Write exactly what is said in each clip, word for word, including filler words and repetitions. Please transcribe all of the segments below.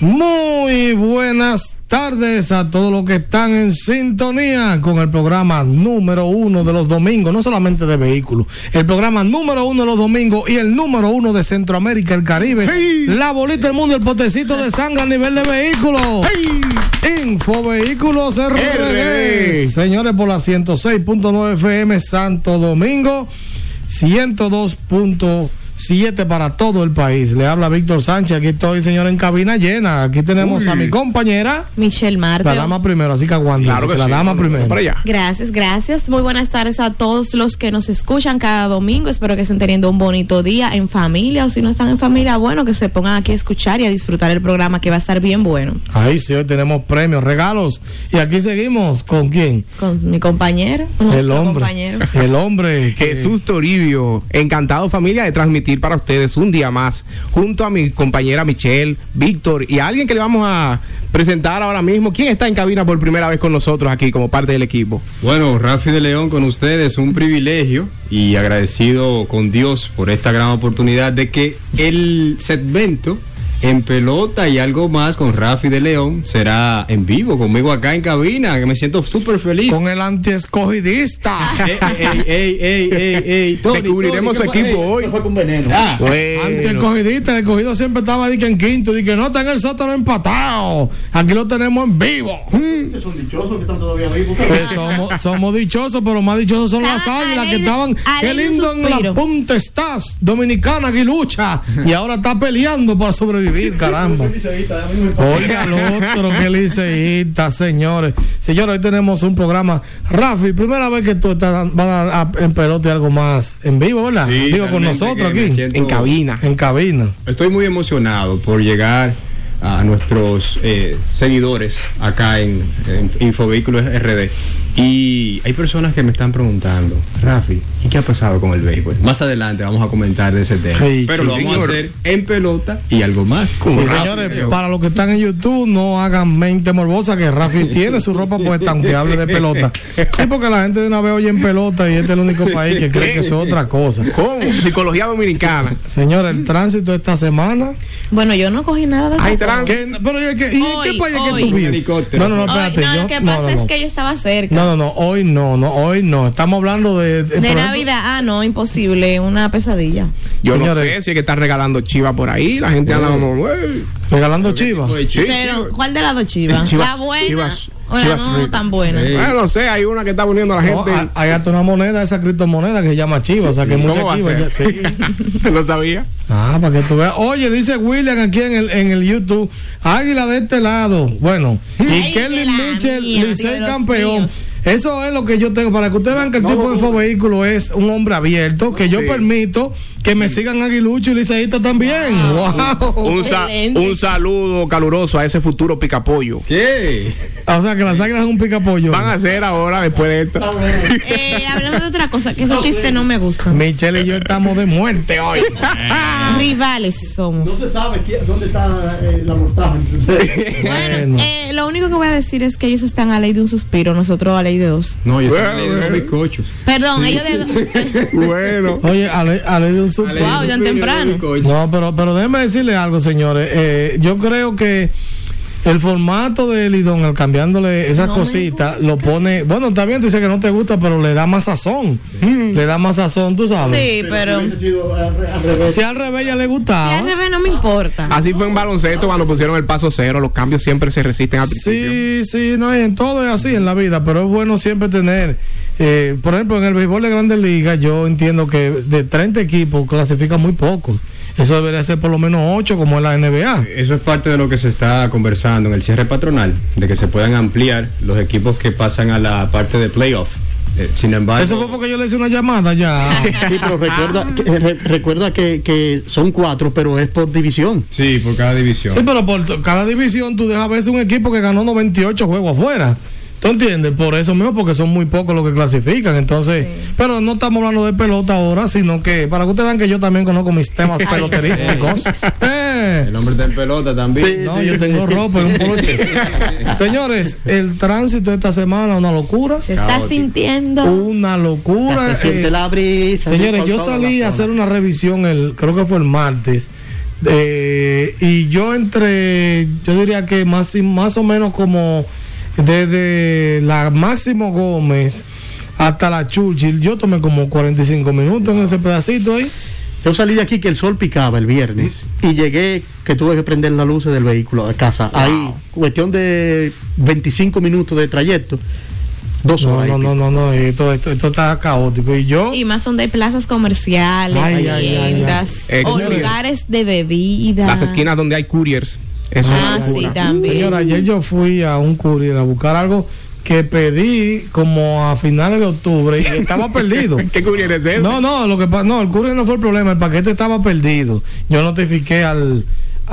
Muy buenas tardes a todos los que están en sintonía con el programa número uno de los domingos, no solamente de vehículos, el programa número uno de los domingos y el número uno de Centroamérica, el Caribe, hey. La bolita del mundo, el potecito de sangre a nivel de vehículos. Hey. Infovehículos R D. Señores, por la ciento seis punto nueve F M Santo Domingo, ciento dos punto siete para todo el país. Le habla Víctor Sánchez. Aquí estoy, señor, en cabina llena. Aquí tenemos Uy. a mi compañera Michelle Marte. La dama primero, así que aguante. Claro que la sí, dama primero. Para allá. Gracias, gracias. Muy buenas tardes a todos los que nos escuchan cada domingo. Espero que estén teniendo un bonito día en familia, o si no están en familia, bueno, que se pongan aquí a escuchar y a disfrutar el programa, que va a estar bien bueno. Ahí sí, hoy tenemos premios, regalos. Y aquí seguimos. ¿Con quién? Con mi compañero. El hombre. Compañero. El hombre. Que... Jesús Toribio. Encantado, familia, de transmitir para ustedes un día más junto a mi compañera Michelle, Víctor y a alguien que le vamos a presentar ahora mismo. ¿Quién está en cabina por primera vez con nosotros aquí como parte del equipo? Bueno, Rafi de León con ustedes, un privilegio y agradecido con Dios por esta gran oportunidad de que el segmento En Pelota y Algo Más con Rafi de León será en vivo conmigo acá en cabina, que me siento súper feliz. Con el antiescogidista. ey, ey, ey, ey, ey, ey. Tony, Descubriremos Tony, su equipo fue, hoy. Fue con veneno. Ah, bueno. Antiescogidista, el escogido siempre estaba di que en quinto, di que no está en el sótano empatado. Aquí lo tenemos en vivo. Ustedes son dichosos que están todavía vivos. Pues somos, somos dichosos, pero más dichosos son las águilas que estaban. Qué lindo en la punta estás, dominicana aguilucha. Y ahora está peleando para sobrevivir. Caramba. Oiga al otro, que liceísta, señores. Señores, hoy tenemos un programa. Rafi, primera vez que tú estás vas a, a, en Pelota y Algo Más en vivo, ¿verdad? Sí, digo, con nosotros aquí. Siento, en cabina. En cabina. Estoy muy emocionado por llegar a nuestros eh, seguidores acá en, en Infovehículos R D. Y hay personas que me están preguntando, Rafi, ¿y qué ha pasado con el béisbol? Más adelante vamos a comentar de ese tema. Hey, pero lo vamos señor. a hacer en Pelota y Algo Más. Y señores, Rafi, para los que están en YouTube, no hagan mente morbosa, que Rafi tiene su ropa puesta aunque hable de pelota. Sí, porque la gente de una vez oye en pelota y este es el único país que cree que eso es otra cosa. ¿Cómo? Psicología dominicana. Señores, el tránsito esta semana. Bueno, yo no cogí nada de Ay, ¿Qué, pero, ¿y, qué, ¿y hoy, en qué país hoy. es que tú vives? No, no, no, espérate. Hoy, no, yo, lo que no, pasa no, es no. que yo estaba cerca. No, no, no, hoy no, no, hoy no. Estamos hablando de... De, de Navidad. Ah, no, imposible, una pesadilla. Yo Señores, no sé si es que está regalando chiva por ahí. La gente anda como... Wey. ¿Regalando chiva? Sí, pero, ¿cuál de las dos chivas? Chivas, la buena chivas, o la chivas no rico. tan buena. Sí. Bueno, no sé, hay una que está poniendo a la gente. No, hay hasta una moneda, esa criptomoneda que se llama chiva, sí, o sea que sí. mucha chiva. Ya, sí. No sabía. Ah, para que tú veas. Oye, dice William aquí en el, en el YouTube, Águila de este lado. Bueno, Ay, y Kelly Mitchell, Licey campeón. Míos. Eso es lo que yo tengo, para que ustedes vean que el no, tipo de Infovehículo es un hombre abierto, que yo sí. permito que me sigan aguilucho y liceísta también. Wow. Wow. Un, sa un saludo caluroso a ese futuro picapollo. ¿Qué? O sea, que las águilas son un picapollo. Van a ser ahora después de esto. Eh, hablando de otra cosa, que esos chistes no me gustan. Michelle y yo estamos de muerte hoy. Rivales somos. No se sabe qué, dónde está eh, la mortaja. Bueno, eh, lo único que voy a decir es que ellos están a ley de un suspiro, nosotros a ley de dos. No, yo bueno, estoy a ley de dos bizcochos. Perdón, sí. ellos de dos. Bueno. Oye, a ley, a ley de un suspiro. Wow, ya temprano. No, pero, pero déjenme decirle algo, señores. Eh, yo creo que el formato de Lidón, al cambiándole esas no cositas, lo pone. Bueno, está bien, tú dices que no te gusta, pero le da más sazón. Mm. Le da más sazón, tú sabes. Sí, pero. pero si al revés ya le gustaba. Si al revés no me importa. Así fue en baloncesto cuando pusieron el paso cero. Los cambios siempre se resisten al principio. Sí, sí, no, en todo es así en la vida, pero es bueno siempre tener. Eh, por ejemplo, en el béisbol de Grandes Ligas, yo entiendo que de treinta equipos clasifican muy pocos. Eso debería ser por lo menos ocho como en la N B A. Eso es parte de lo que se está conversando en el cierre patronal, de que se puedan ampliar los equipos que pasan a la parte de playoff. Eh, sin embargo, eso fue porque yo le hice una llamada ya. Sí, pero recuerda que, re, recuerda que, que son cuatro, pero es por división. Sí, por cada división. Sí, pero por cada división tú dejas a veces un equipo que ganó noventa y ocho juegos afuera. ¿Tú entiendes? Por eso mismo, porque son muy pocos los que clasifican. Entonces, sí. Pero no estamos hablando de pelota ahora, sino que para que ustedes vean que yo también conozco mis temas peloterísticos. eh. El hombre está en pelota también. Sí, no, sí, yo sí. tengo ropa en un poloche. Señores, el tránsito esta semana, una locura. Se está Caótico. sintiendo. Una locura. Se siente eh, la brisa. Señores, yo salí a hacer una revisión, el creo que fue el martes. Eh, y yo entre, yo diría que más, más o menos como desde la Máximo Gómez hasta la Churchill, yo tomé como cuarenta y cinco minutos en ese pedacito ahí. Yo salí de aquí que el sol picaba el viernes y llegué que tuve que prender las luces del vehículo a casa. Wow. Ahí, cuestión de veinticinco minutos de trayecto. Dos horas. No, no, no, no, no, esto, esto, esto está caótico. Y yo. Y más donde hay plazas comerciales, ay, tiendas, ay, ay, ay. o Eh, lugares de bebidas. Las esquinas donde hay couriers. Eso ah, es sí, también. Señora, ayer yo fui a un courier a buscar algo que pedí como a finales de octubre y estaba perdido. ¿Qué courier es ese? No, no, lo que pa- no, el courier no fue el problema, el paquete estaba perdido. Yo notifiqué al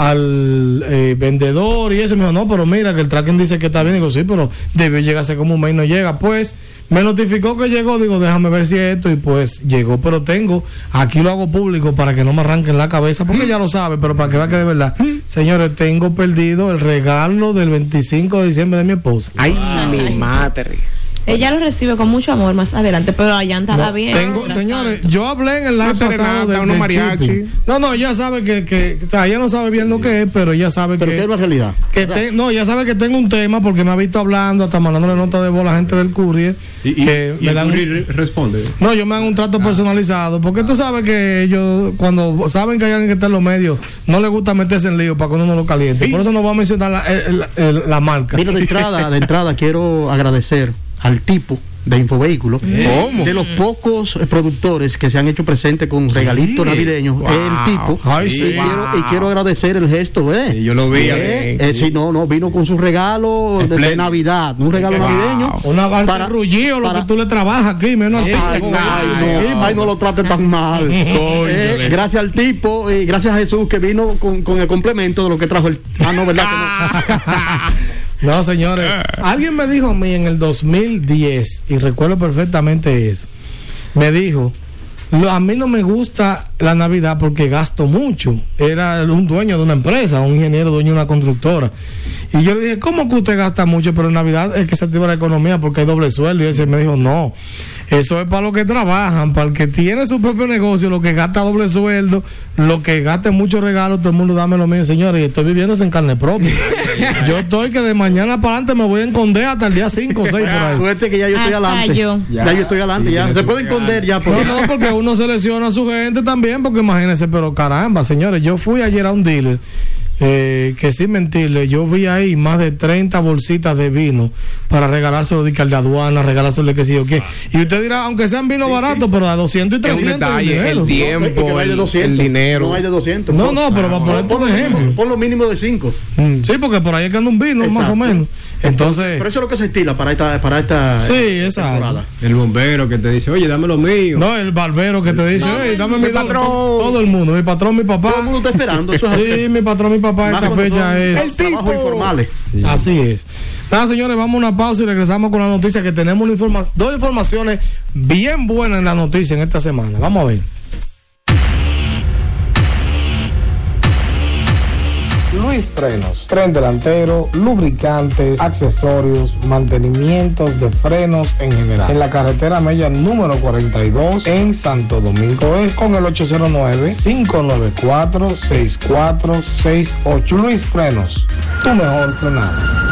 al eh, vendedor y eso me dijo, no, pero mira que el tracking dice que está bien. Digo, sí, pero debió llegar hace como un mes y no llega. Pues me notificó que llegó, digo, déjame ver si es esto, y pues llegó, pero tengo, aquí lo hago público para que no me arranquen la cabeza, porque ya lo sabe, pero para que vea que de verdad, señores, tengo perdido el regalo del veinticinco de diciembre de mi esposa. Ay, Ay. mi madre. Ella lo recibe con mucho amor más adelante, pero allá está No, bien. tengo, Ahora señores, está. yo hablé en el live Una pasado serenata, de, unos del mariachi. shipping. No, no, ella sabe que, que, o sea, ella no sabe bien lo que es, pero ella sabe Pero que ¿qué es la realidad? que te- no, ya sabe que tengo un tema porque me ha visto hablando, hasta mandándole nota de voz a la gente del courier. Y, y, que y me el dan un- courier responde. no, yo me hago un trato personalizado, porque tú sabes que ellos, cuando saben que hay alguien que está en los medios, no les gusta meterse en lío para que uno no lo caliente. Por eso no voy a mencionar la, el- el- la marca. Mira, de entrada, de entrada quiero agradecer al tipo de Infovehículo, ¿Cómo? de los pocos eh, productores que se han hecho presentes con regalitos navideños, Wow. el tipo. Ay, y, sí. quiero, y Wow. quiero agradecer el gesto, ¿eh? Sí, yo lo vi, Eh, bien, eh, sí. sí, no, no, vino con su regalo de, de Espléndido. Navidad, un regalo Wow. navideño. Una balsa para- de rullido, lo para- que tú le trabajas aquí, menos al Ay, tipo. ay, Sí, no, ay, no lo trate tan mal. Eh, gracias al tipo y gracias a Jesús que vino con, con el complemento de lo que trajo el. Ah, no, ¿verdad? Que no? No, señores, alguien me dijo a mí en el dos mil diez, y recuerdo perfectamente eso, me dijo, lo- a mí no me gusta la Navidad porque gasto mucho. Era un dueño de una empresa, un ingeniero dueño de una constructora. Y yo le dije, ¿cómo que usted gasta mucho? Pero en Navidad es que se activa la economía porque hay doble sueldo. Y él se me dijo, no, eso es para los que trabajan, para el que tiene su propio negocio, lo que gasta doble sueldo, lo que gasta muchos regalos, todo el mundo dame lo mío. Señores, estoy viviendo en carne propia. Yo estoy que de mañana para adelante me voy a esconder hasta el día cinco o seis por ahí. Suerte que ya yo estoy Hasta adelante. yo. Ya, Ya. yo estoy adelante, Sí, ya. tiene Se su puede regalo. esconder ya. Porque... No, no, porque uno selecciona a su gente también, porque imagínense, pero caramba, señores, yo fui ayer a un dealer, eh, que sin mentirle, yo vi ahí más de treinta bolsitas de vino para regalárselo de de aduana, regalárselo de qué sé yo qué. Y usted dirá, aunque sean vino barato, pero a doscientos y Es un trescientos detalle, dinero. el No, es que tiempo, no hay de el, doscientos, el dinero. No hay de doscientos. No, no, pero para ponerte Pon un lo ejemplo. mínimo- pon lo mínimo de cinco. Sí, porque por ahí es que anda un vino, más Exacto. o menos. Entonces, Pero eso es lo que se estila para esta, para esta sí, eh, exacto. temporada. El bombero que te dice, oye, dame lo mío. no, el barbero que te dice, No, hey, dame mi mi patrón. todo, todo el mundo, mi patrón, mi papá. Todo el mundo está esperando. Eso es así. Sí, mi patrón, mi papá, Más esta cuando fecha son es. trabajos informales. Sí. Así es. Nada, señores, vamos a una pausa y regresamos con la noticia, que tenemos una informa- dos informaciones bien buenas en la noticia en esta semana. Vamos a ver. Luis Frenos, tren delantero, lubricantes, accesorios, mantenimientos de frenos en general. En la carretera Mella número cuarenta y dos en Santo Domingo Este, con el ocho cero nueve, cinco nueve cuatro, seis cuatro seis ocho. Luis Frenos, tu mejor frenado.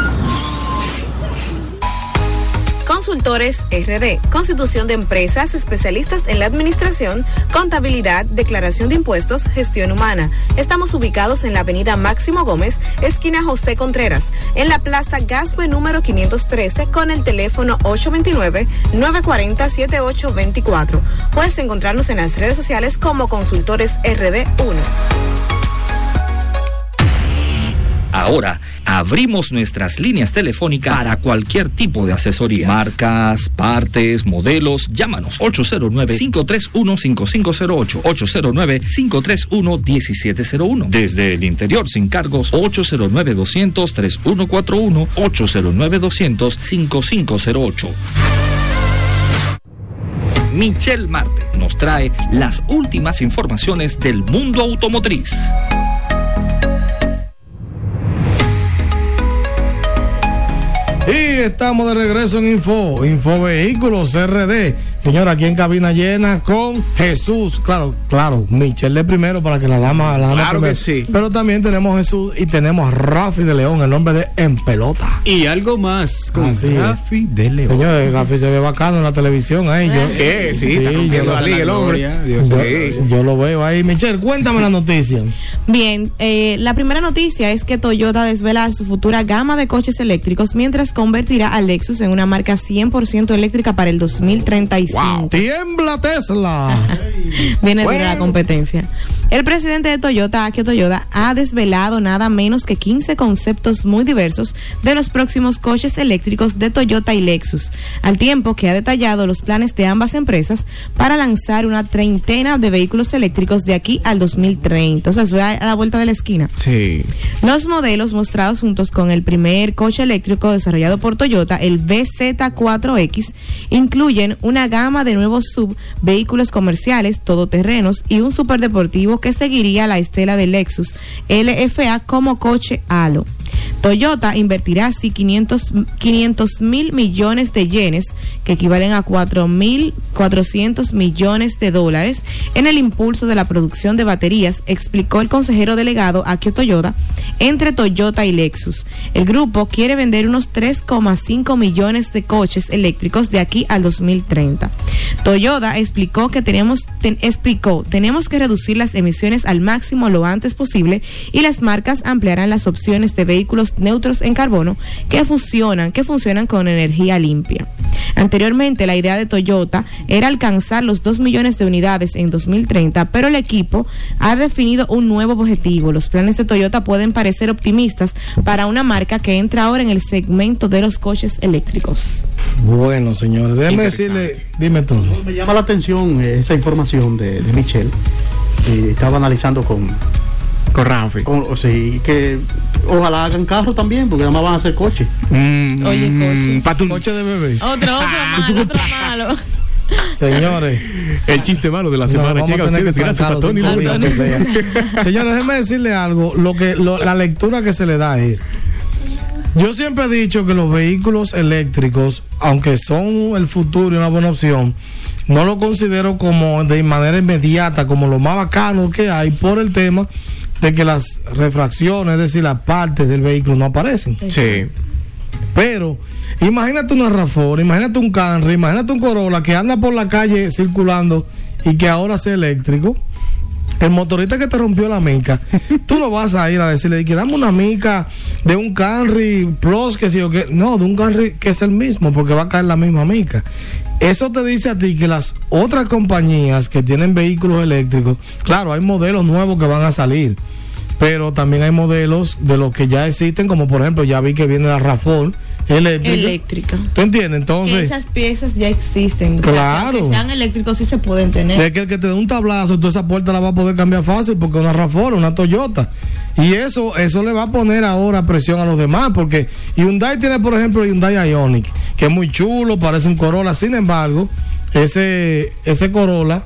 Consultores R D, Constitución de Empresas, especialistas en la administración, contabilidad, declaración de impuestos, gestión humana. Estamos ubicados en la avenida Máximo Gómez, esquina José Contreras, en la plaza Gascue número quinientos trece, con el teléfono ocho dos nueve, nueve cuatro cero, siete ocho dos cuatro. Puedes encontrarnos en las redes sociales como Consultores R D uno. Ahora, abrimos nuestras líneas telefónicas para cualquier tipo de asesoría. Marcas, partes, modelos. Llámanos ocho cero nueve, cinco tres uno, cinco cinco cero ocho, ocho cero nueve, cinco tres uno, uno siete cero uno. Desde el interior sin cargos, ocho cero nueve, doscientos, treinta y uno cuarenta y uno, ocho cero nueve, doscientos, cincuenta y cinco cero ocho. Michelle Marte nos trae las últimas informaciones del mundo automotriz. Y estamos de regreso en Info, Info Vehículos R D. Señora, aquí en cabina llena con Jesús. Claro, claro, Michelle de primero para que la dama la dama Claro primero. que sí. Pero también tenemos Jesús y tenemos a Rafi de León, el nombre de En Pelota. Y algo más con Así es. Rafi de León. Señores, Rafi se ve bacano en la televisión ahí. Yo, Eh, sí, está yo, rompiendo lo- la liga el hombre. Gloria, Dios yo- Sí. yo lo veo ahí. Michelle, cuéntame la noticia. Bien, eh, la primera noticia es que Toyota desvela su futura gama de coches eléctricos mientras convertirá a Lexus en una marca cien por ciento eléctrica para el dos mil treinta y cinco. Wow. Tiembla Tesla. Viene Bueno. de la competencia. El presidente de Toyota, Akio Toyoda, ha desvelado nada menos que quince conceptos muy diversos de los próximos coches eléctricos de Toyota y Lexus, al tiempo que ha detallado los planes de ambas empresas para lanzar una treintena de vehículos eléctricos de aquí al dos mil treinta. O sea, eso es a la vuelta de la esquina. Sí. Los modelos mostrados juntos con el primer coche eléctrico desarrollado por Toyota, el V Z cuatro X, incluyen una gama de nuevos sub, vehículos comerciales, todoterrenos y un superdeportivo que seguiría la estela de Lexus L F A como coche halo. Toyota invertirá así quinientos mil millones de yenes, que equivalen a cuatro mil cuatrocientos millones de dólares, en el impulso de la producción de baterías, explicó el consejero delegado Akio Toyoda, entre Toyota y Lexus. El grupo quiere vender unos tres coma cinco millones de coches eléctricos de aquí al dos mil treinta. Toyota explicó que tenemos, ten, explicó, tenemos que reducir las emisiones al máximo lo antes posible y las marcas ampliarán las opciones de vehículos neutros en carbono que funcionan, que funcionan con energía limpia. Anteriormente, la idea de Toyota era alcanzar los dos millones de unidades en dos mil treinta, pero el equipo ha definido un nuevo objetivo. Los planes de Toyota pueden parecer optimistas para una marca que entra ahora en el segmento de los coches eléctricos. Bueno, señores, déjeme decirle, dime tú. Me llama la atención eh, esa información de, de Michelle. Eh, estaba analizando con, Con Rafi. con o sea, que ojalá hagan carro también, porque además van a hacer coche. Mm, Oye, coche. patum. Coche de bebé. Otro, otro malo, otro malo. Señores, El chiste malo de la no, semana vamos llega a a tener ustedes que gracias a trancar Tony los cinco Luna. días que sea. Señores, déjenme decirle algo. Lo que lo- la lectura que se le da es, yo siempre he dicho que los vehículos eléctricos, aunque son el futuro y una buena opción, no lo considero como de manera inmediata, como lo más bacano que hay, por el tema de que las refracciones, es decir, las partes del vehículo no aparecen. Sí. Pero imagínate una RAV cuatro, imagínate un Camry, imagínate un Corolla que anda por la calle circulando y que ahora sea eléctrico. El motorista que te rompió la mica, tú no vas a ir a decirle que dame una mica de un Camry Plus, que sí o que no, de un Camry que es el mismo, porque va a caer la misma mica. Eso te dice a ti que las otras compañías que tienen vehículos eléctricos, claro, hay modelos nuevos que van a salir, pero también hay modelos de los que ya existen, como por ejemplo, ya vi que viene la RAV cuatro eléctrica. Eléctrica. ¿Tú entiendes? Entonces, Esas piezas ya existen. O sea, Claro. que aunque sean eléctricos, sí se pueden tener. de que el que te dé un tablazo, toda esa puerta la va a poder cambiar fácil porque es una RAV cuatro, una Toyota. Y eso eso le va a poner ahora presión a los demás, porque Hyundai tiene, por ejemplo, el Hyundai Ioniq, que es muy chulo, parece un Corolla. Sin embargo, ese ese Corolla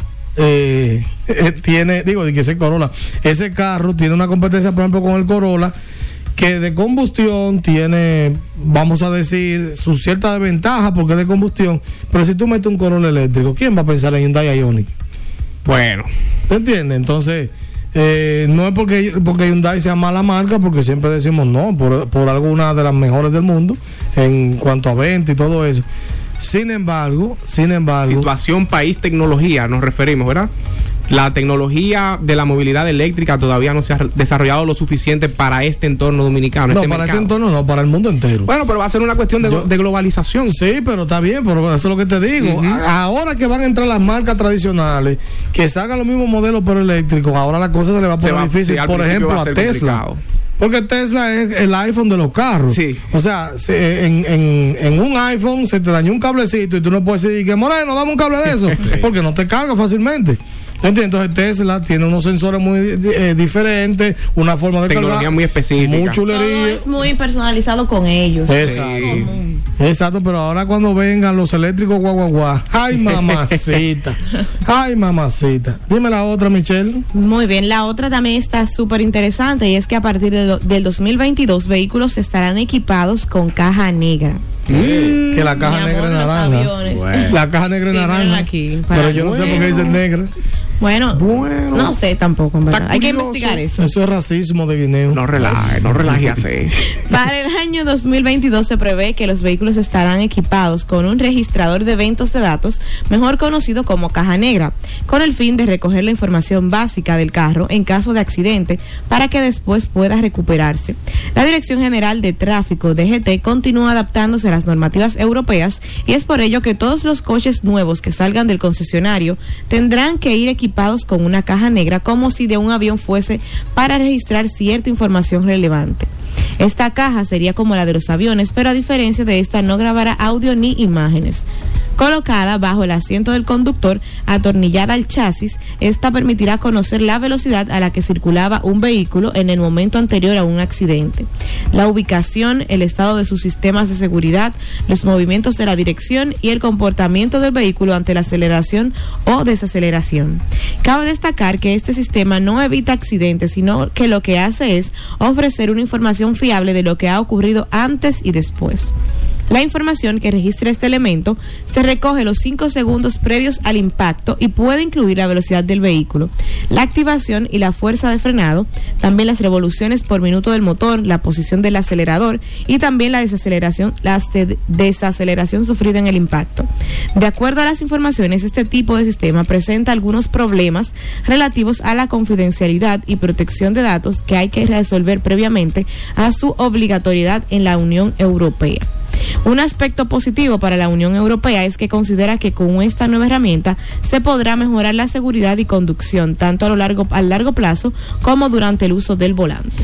eh, eh, tiene, digo, de que ese Corolla, ese carro tiene una competencia, por ejemplo, con el Corolla, que de combustión tiene, vamos a decir, su cierta desventaja porque es de combustión, pero si tú metes un Corolla eléctrico, ¿quién va a pensar en Hyundai Ioniq? Bueno. ¿Te entiendes? Entonces, eh, no es porque, porque Hyundai sea mala marca, porque siempre decimos no, por, por alguna de las mejores del mundo en cuanto a venta y todo eso. Sin embargo, sin embargo, Situación, país, tecnología, nos referimos, ¿verdad? La tecnología de la movilidad eléctrica todavía no se ha desarrollado lo suficiente para este entorno dominicano. no, este para mercado. este entorno no, para el mundo entero. Bueno, pero va a ser una cuestión de, Yo- de globalización. Sí, pero está bien, pero eso es lo que te digo. Ujú. A- Ahora que van a entrar las marcas tradicionales, que salgan los mismos modelos pero eléctricos, ahora la cosa se le va a Se poner va- difícil. sí, al Por principio ejemplo, va a a ser Tesla. complicado. Porque Tesla es el iPhone de los carros. Sí. O sea, se- en, en, en un iPhone se te dañó un cablecito y tú no puedes decir que Moreno, dame un cable de eso, porque no te carga fácilmente. ¿Entiendes? Entonces Tesla tiene unos sensores muy eh, diferentes, una forma de Tecnología cargar muy específica. muy Todo chulería. es muy personalizado con ellos. Exacto. Sí. Exacto, pero ahora cuando vengan los eléctricos guau guau guau, ay mamacita, ay mamacita. Dime la otra, Michelle. Muy bien, la otra también está súper interesante y es que a partir de do- del dos mil veintidós vehículos estarán equipados con caja negra. Mm. Que la caja Mi negra amor, es los naranja. aviones. Bueno. La caja negra es Sí, naranja. mírenla aquí, para- Pero yo no sé por qué dicen negra. Bueno, Bueno. no sé tampoco, en verdad. Está Hay que curioso. investigar eso. Eso es racismo de Guineo. No relaje, no relaje así. Para el año dos mil veintidós se prevé que los vehículos estarán equipados con un registrador de eventos de datos, mejor conocido como caja negra, con el fin de recoger la información básica del carro en caso de accidente para que después pueda recuperarse. La Dirección General de Tráfico, D G T, continúa adaptándose a las normativas europeas y es por ello que todos los coches nuevos que salgan del concesionario tendrán que ir equipados con una caja negra como si de un avión fuese para registrar cierta información relevante. Esta caja sería como la de los aviones, pero a diferencia de esta no grabará audio ni imágenes. Colocada bajo el asiento del conductor, atornillada al chasis, esta permitirá conocer la velocidad a la que circulaba un vehículo en el momento anterior a un accidente, la ubicación, el estado de sus sistemas de seguridad, los movimientos de la dirección y el comportamiento del vehículo ante la aceleración o desaceleración. Cabe destacar que este sistema no evita accidentes, sino que lo que hace es ofrecer una información fiable de lo que ha ocurrido antes y después. La información que registra este elemento se recoge los cinco segundos previos al impacto y puede incluir la velocidad del vehículo, la activación y la fuerza de frenado, también las revoluciones por minuto del motor, la posición del acelerador y también la desaceleración, la desaceleración sufrida en el impacto. De acuerdo a las informaciones, este tipo de sistema presenta algunos problemas relativos a la confidencialidad y protección de datos que hay que resolver previamente a su obligatoriedad en la Unión Europea. Un aspecto positivo para la Unión Europea es que considera que con esta nueva herramienta se podrá mejorar la seguridad y conducción tanto a lo largo, a largo plazo como durante el uso del volante.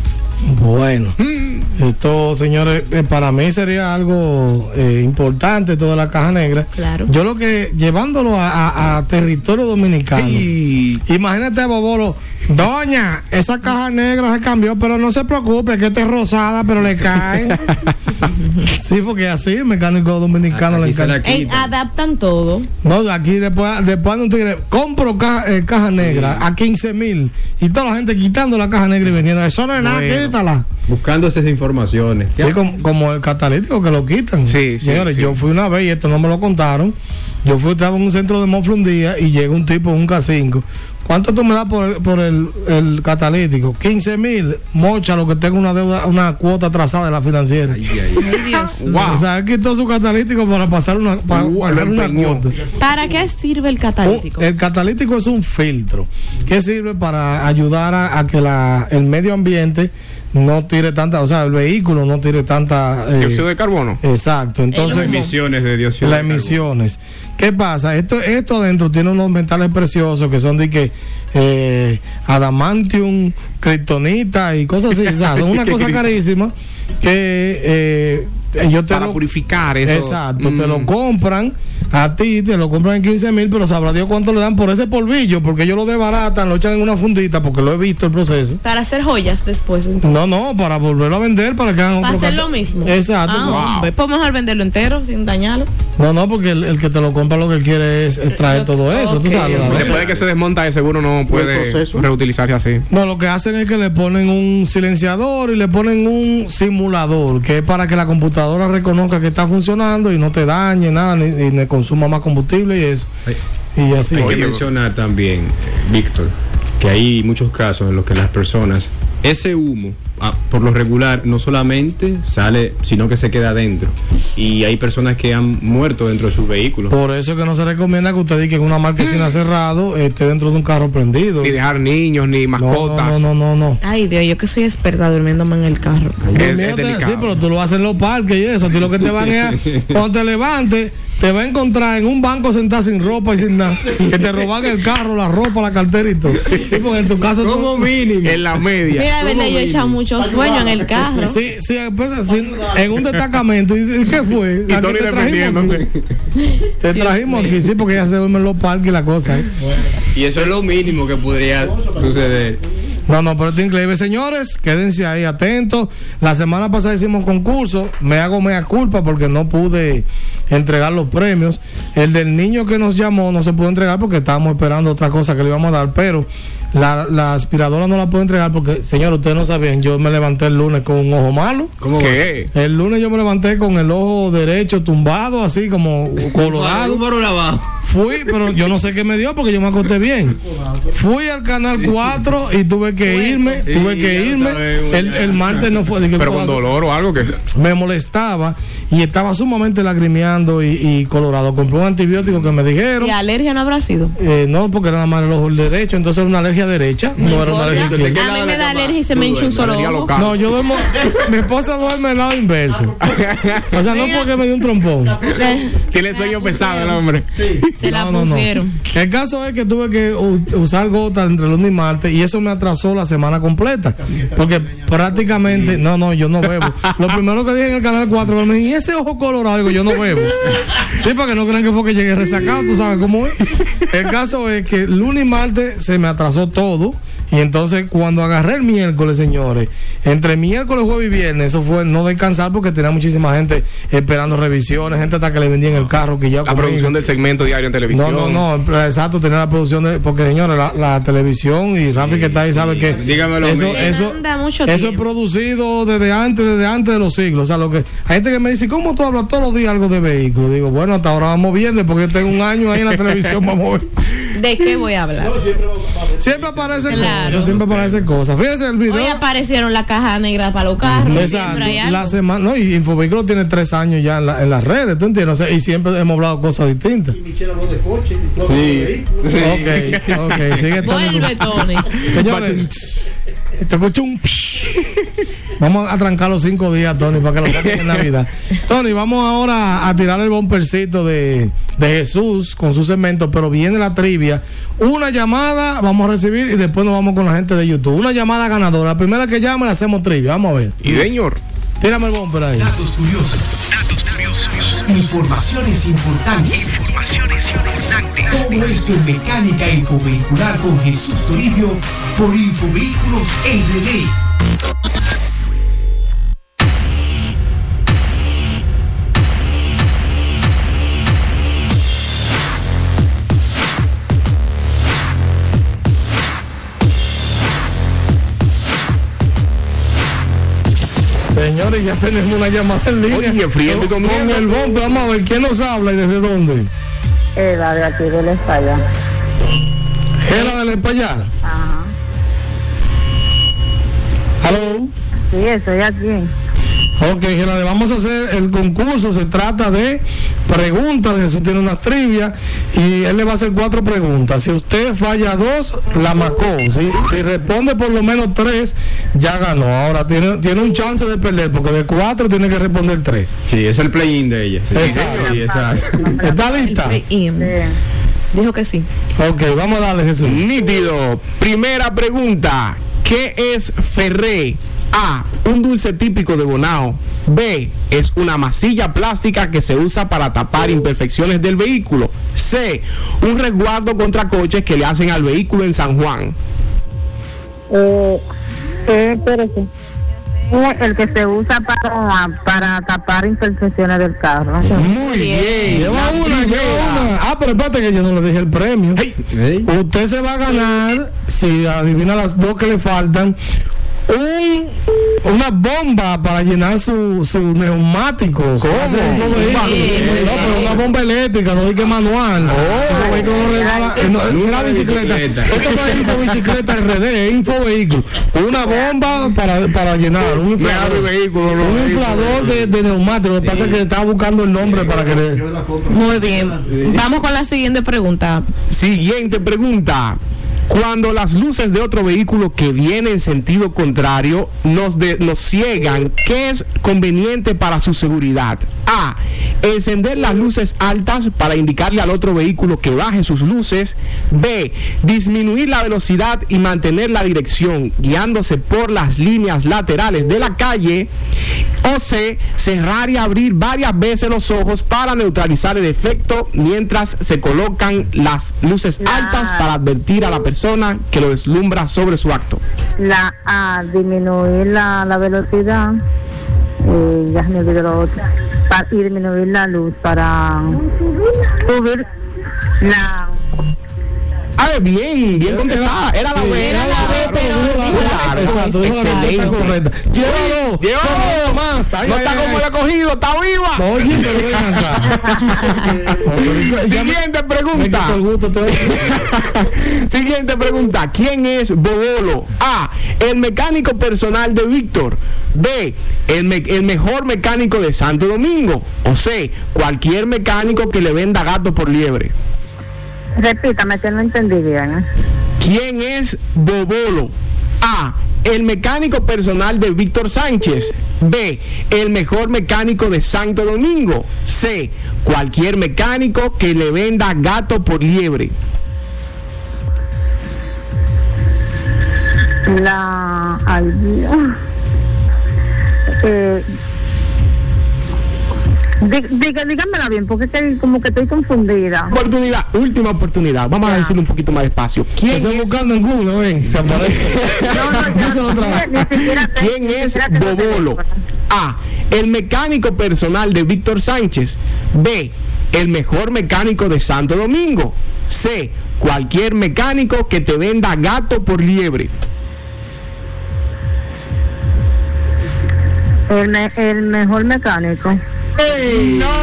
Bueno, esto, señores, eh, para mí sería algo eh, importante toda la caja negra. Claro. Yo lo que, llevándolo a, a- a territorio dominicano, Y imagínate a Bobolo, doña, esa caja negra se cambió, pero no se preocupe, que esta es rosada, pero le caen. Sí, porque así el mecánico dominicano le Aquí se la encanta. Ey, adaptan todo. No, de aquí después, después de un tigre, compro caja, eh, caja negra a quince mil y toda la gente quitando la caja negra y vendiendo. Eso no es nada, Bueno. quítala. Buscando esas informaciones. Sí, como, como el catalítico que lo quitan. Sí, sí, Señores, sí. yo fui una vez y esto no me lo contaron. Yo fui, estaba en un centro de Monfre un día y llega un tipo en un K cinco. ¿Cuánto tú me das por el, por el, el catalítico? quince mil. Mocha, lo que tengo una deuda, una cuota atrasada de la financiera. Ay, ay, ay. Ay, Dios mío. Wow. O sea, él quitó su catalítico para pasar una, para Uh, pagar lo una empeñó. cuota. ¿Para qué sirve el catalítico? Un- el catalítico es un filtro que sirve para ayudar a, a que la, el medio ambiente no tire tanta, o sea, el vehículo no tire tanta eh, dióxido de carbono. exacto. Entonces, El humo. Emisiones de dióxido las de carbono. emisiones. ¿Qué pasa? Esto, esto adentro tiene unos metales preciosos que son de que eh, adamantium, kriptonita y cosas así. O sea, son una ¿Qué cosa cripto? carísima que eh, ellos te Para lo, purificar eso. exacto, te Mm. lo compran a ti, te lo compran en quince mil, pero sabrá Dios cuánto le dan por ese polvillo, porque ellos lo desbaratan, lo echan en una fundita, porque lo he visto el proceso. Para hacer joyas después. entonces. No, no, para volverlo a vender, para que hagan Para otro hacer cata- lo mismo. Exacto. Ah, hombre, pues mejor venderlo entero sin dañarlo. No, no, porque el, el que te lo compra lo que quiere es extraer Lo- todo eso, tú ok. sabes. la- Después de que se desmonta de seguro no puede proceso. reutilizarse así. No, lo que hacen es que le ponen un silenciador y le ponen un simulador, que es para que la computadora reconozca que está funcionando y no te dañe nada, ni, ni, ni consuma más combustible y eso. Hay- Y así. Hay que Oye, mencionar también, eh, Víctor, que hay muchos casos en los que las personas, ese humo, ah, por lo regular, no solamente sale, sino que se queda adentro. Y hay personas que han muerto dentro de sus vehículos. Por eso es que no se recomienda que usted diga que en una marquesina cerrado esté dentro de un carro prendido. Ni dejar niños, ni No, mascotas. no, no, no, no. Ay, Dios, yo que soy experta durmiéndome en el carro. Es- es Durmiéndote, delicado. sí, pero tú lo haces en los parques y eso. A ti lo que te van es a- cuando te levantes, te va a encontrar en un banco sentado sin ropa y sin nada. Que te roban el carro, la ropa, la cartera y todo. Sí, porque en tu caso tú- Como mínimo. En la media. Mira, de verdad, yo he echado mucho sueño en el carro. Sí, sí, pues, sí, en un destacamento. ¿Y y qué fue? Y Aquí Tony te trajimos defendiéndose. aquí. Te trajimos aquí, sí, porque ya se duermen en los parques y la cosa. ¿eh? Y eso es lo mínimo que podría suceder. No, no, pero esto es increíble. Señores, quédense ahí atentos. La semana pasada hicimos concurso. Me hago mea culpa porque no pude entregar los premios. El del niño que nos llamó no se pudo entregar porque estábamos esperando otra cosa que le íbamos a dar. Pero la, la aspiradora no la puedo entregar porque, señor, ustedes no sabían. Yo me levanté el lunes con un ojo malo. ¿Cómo ¿Qué? Va? El lunes yo me levanté con el ojo derecho tumbado, así como colorado. Fui, pero yo no sé qué me dio porque yo me acosté bien. Fui al canal cuatro y tuve que irme, tuve que irme. El, el martes no fue. Pero con dolor o algo que me molestaba y estaba sumamente lagrimeando y, y colorado. Compré un antibiótico que me dijeron. ¿Y alergia no habrá sido? Eh, no, porque era nada más el ojo derecho, entonces era una alergia derecha. No, no era una alergia. A mí me da alergia y se me hincha un solo ojo. No, yo duermo. Mi esposa duerme al lado inverso. O sea, no porque me dio un trompón. Tiene sueño pesado el hombre. Se la no, no, pusieron. No. El caso es que tuve que usar gotas entre lunes y martes y eso me atrasó la semana completa. Porque prácticamente, no, no, yo no bebo. Lo primero que dije en el canal cuatro, me dijeron, ¿y ese ojo colorado? Digo, yo no bebo. Sí, para que no crean que fue que llegué resacado, tú sabes cómo es. El caso es que lunes y martes se me atrasó todo. Y entonces cuando agarré el miércoles, señores, entre miércoles, jueves y viernes, eso fue no descansar porque tenía muchísima gente esperando revisiones, gente hasta que le vendían el carro que ya la producción del segmento diario en televisión. No, no, no, exacto, tener la producción de, porque señores, la, la televisión y Rafi que está ahí sabe que dígamelo eso, eso, eso es producido desde antes, desde antes de los siglos. O sea, lo que hay gente que me dice, ¿cómo tú hablas todos los días algo de vehículos? Digo, bueno, hasta ahora vamos viendo porque yo tengo un año ahí en la televisión, vamos a ver. ¿De qué voy a hablar? Siempre aparecen claro. cosas, siempre aparecen cosas. Fíjense el video. Hoy aparecieron la caja negra para los carros. Exacto. La semana, no, y Infovehículos tiene tres años ya en, la, en las redes, ¿tú entiendes? O sea, y siempre hemos hablado cosas distintas. Y Michelle habló de coche. Sí. Ok, ok, sigue Vuelve, Tony. Señores, te escucho un vamos a trancar los cinco días, Tony, para que lo saquen en Navidad. Tony, vamos ahora a tirar el bumpercito de, de Jesús con su segmento, pero viene la trivia. Una llamada vamos a recibir y después nos vamos con la gente de YouTube. Una llamada ganadora. La primera que llame le hacemos trivia. Vamos a ver. Y señor, tírame el bumper ahí. Datos curiosos. Datos curiosos. Informaciones importantes. Informaciones importantes. Todo esto en mecánica infovehicular con Jesús Toribio por Infovehículos R D. Señores, ya tenemos una llamada en línea. Oye, frío, con, con el bombo. Vamos a ver quién nos habla y desde dónde. Ela de aquí del España. Ela del España. Ajá. Hello. Sí, estoy aquí. Ok, Gela, vamos a hacer el concurso. Se trata de preguntas. Jesús tiene una trivia y él le va a hacer cuatro preguntas. Si usted falla dos, la marcó. Si, si responde por lo menos tres, ya ganó. Ahora tiene, tiene un chance de perder porque de cuatro tiene que responder tres. Sí, es el play-in de ella. Sí. Exacto. Sí, exacto. ¿Está lista? Sí. Dijo que sí. Ok, vamos a darle, Jesús. Nítido. Primera pregunta. ¿Qué es Ferré? A, un dulce típico de Bonao. B, es una masilla plástica que se usa para tapar imperfecciones del vehículo. C, un resguardo contra coches que le hacen al vehículo en San Juan. Eh, eh, pero sí. El que se usa para, para tapar imperfecciones del carro. Muy bien. Lleva una, lleva una. Ah, pero espérate que yo no le dije el premio. Hey. Hey. Usted se va a ganar, si adivina las dos que le faltan, un una bomba para llenar su, su neumático. ¿Cómo? No, pero una bomba eléctrica, no hay que manual. Oh, no regala, no, será bicicleta. Esto no es Infobicicleta R D, es Infovehículo. Una bomba para, para llenar, un inflador, un inflador de, de neumático. Lo que pasa es que estaba buscando el nombre para que le... Muy bien. Vamos con la siguiente pregunta. Siguiente pregunta. Cuando las luces de otro vehículo que viene en sentido contrario nos, de, nos ciegan, ¿qué es conveniente para su seguridad? A. Encender las luces altas para indicarle al otro vehículo que baje sus luces. B. Disminuir la velocidad y mantener la dirección guiándose por las líneas laterales de la calle. O C. Cerrar y abrir varias veces los ojos para neutralizar el efecto mientras se colocan las luces altas para advertir a la persona que lo deslumbra sobre su acto. La A, disminuir la, la velocidad. Eh, ya se me olvidó lo otro. Pa- y disminuir la luz para subir la. A ver, bien, bien contestada. Era la Sí, B. era la B, pero Claro, exacto, dijo la excelente. respuesta correcta. Lleva dos, Lleva pero dos. más. Ay, No ay, está ay. como el cogido, está viva. Oye, pero ven acá. Siguiente Me pregunta. quito el gusto, te- Siguiente pregunta. ¿Quién es Bobolo? A. El mecánico personal de Víctor. B. El, me- el mejor mecánico de Santo Domingo. O C. Cualquier mecánico que le venda gato por liebre. Repítame que no entendí bien. ¿eh? ¿Quién es Bobolo? A. El mecánico personal de Víctor Sánchez. B. El mejor mecánico de Santo Domingo. C. Cualquier mecánico que le venda gato por liebre. La. Ay, Dios. Eh, dí- diga- dígamela bien, porque es que como que estoy confundida. Oportunidad, última oportunidad. Vamos a decirlo un poquito más despacio. ¿Quién Estoy es, buscando en Google, ven, se aparece. No, no, ya, Díselo otra vez. ni siquiera sé- ¿Quién ni es siquiera sé dónde Bobolo? es. A. El mecánico personal de Víctor Sánchez. B. El mejor mecánico de Santo Domingo. C. Cualquier mecánico que te venda gato por liebre. El, me- el mejor mecánico. ¡Ey! ¡No!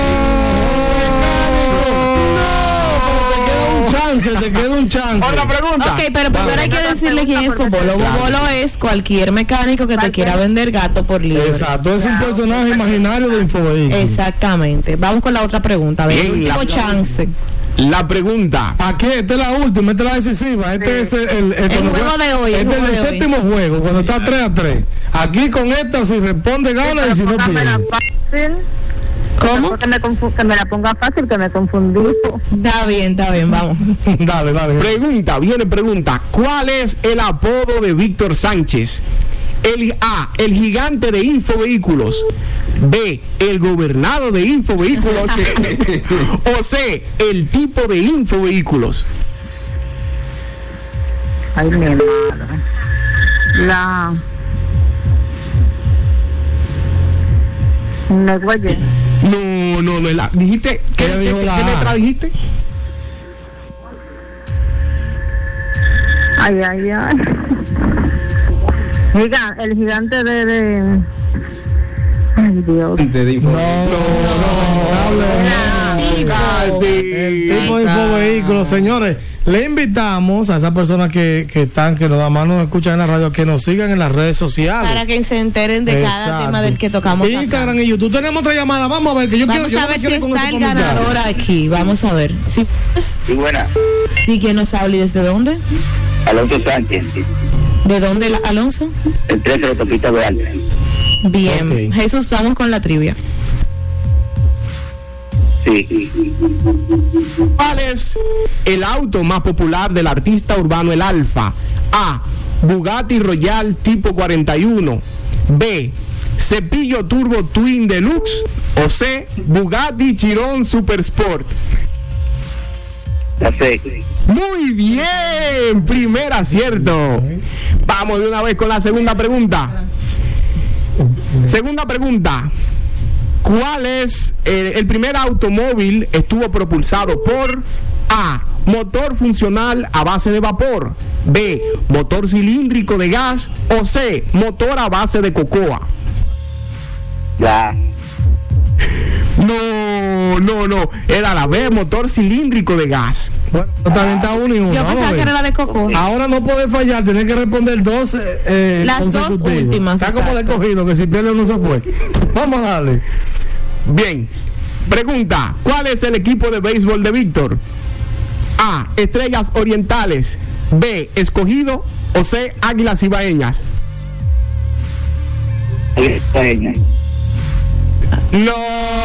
Te queda un chance, te queda un chance. Otra pregunta. Ok, pero primero hay que decirle quién es Bobolo. Bobolo es cualquier mecánico que te quiera vender gato por libre. Exacto, es un personaje imaginario de Infovehículos. Exactamente. Vamos con la otra pregunta. A ver, Bien, último la- chance. La pregunta. Aquí, esta es la última, esta es la decisiva. Este es el, el, el- cuando juego juega- de hoy, el Este es juego el de hoy. séptimo juego, cuando está tres a tres. Aquí con esta, si responde, gana y si no, Póngamela pierde. fácil. ¿Cómo? Que me, confu- que me la ponga fácil, que me confundí. Está bien, está bien, vamos. Dale, dale. Pregunta, viene pregunta. ¿Cuál es el apodo de Víctor Sánchez? El A, el gigante de Infovehículos. B, el gobernado de Infovehículos. O C, el tipo de Infovehículos. Ay, mi madre. La. Me guayé. No, no, no es la. ¿Dijiste? ¿Qué, Ella qué- dijo qué- la qué A. letra dijiste? Ay, ay, ay. Giga- el gigante de, de. Ay, Dios. De info. No, no, no, Casi. El tipo de Infovehículos, señores, le invitamos a esas personas que, que están, que nada más nos escuchan en la radio, que nos sigan en las redes sociales. Para que se enteren de cada Exacto. tema del que tocamos acá. Instagram y YouTube. Tenemos otra llamada, vamos a ver, que yo Vamos quiero yo a no ver me si quiero con está ese el comentario. ganador aquí. Vamos a ver. Sí, Sí, buena. ¿Y quién nos habla y desde dónde? Alonso Sánchez, ¿De dónde, la- Alonso? el trece de Autopista de Arte. Bien. Ok. Jesús, vamos con la trivia. Sí. ¿Cuál es el auto más popular del artista urbano El Alfa? A, Bugatti Royal tipo cuarenta y uno. B, Cepillo Turbo Twin Deluxe. O C, Bugatti Chiron Super Sport. La sé. Muy bien, primer acierto. Vamos de una vez con la segunda pregunta. Segunda pregunta. ¿Cuál es eh, el primer automóvil estuvo propulsado por A, motor funcional a base de vapor, B, motor cilíndrico de gas, o C, motor a base de cocoa? La. No, no, no, era la B, motor cilíndrico de gas. Bueno, también está uno y uno. Yo Vamos a pensaba ver. que era la de Coco. Ahora no puede fallar, tiene que responder dos eh, eh, Las dos consecutivas. últimas, Está como el exacto. escogido, que si pierde uno se fue. Vamos a darle. Bien, pregunta, ¿cuál es el equipo de béisbol de Víctor? A, Estrellas Orientales, B, Escogido, o C, Águilas Ibaeñas. No.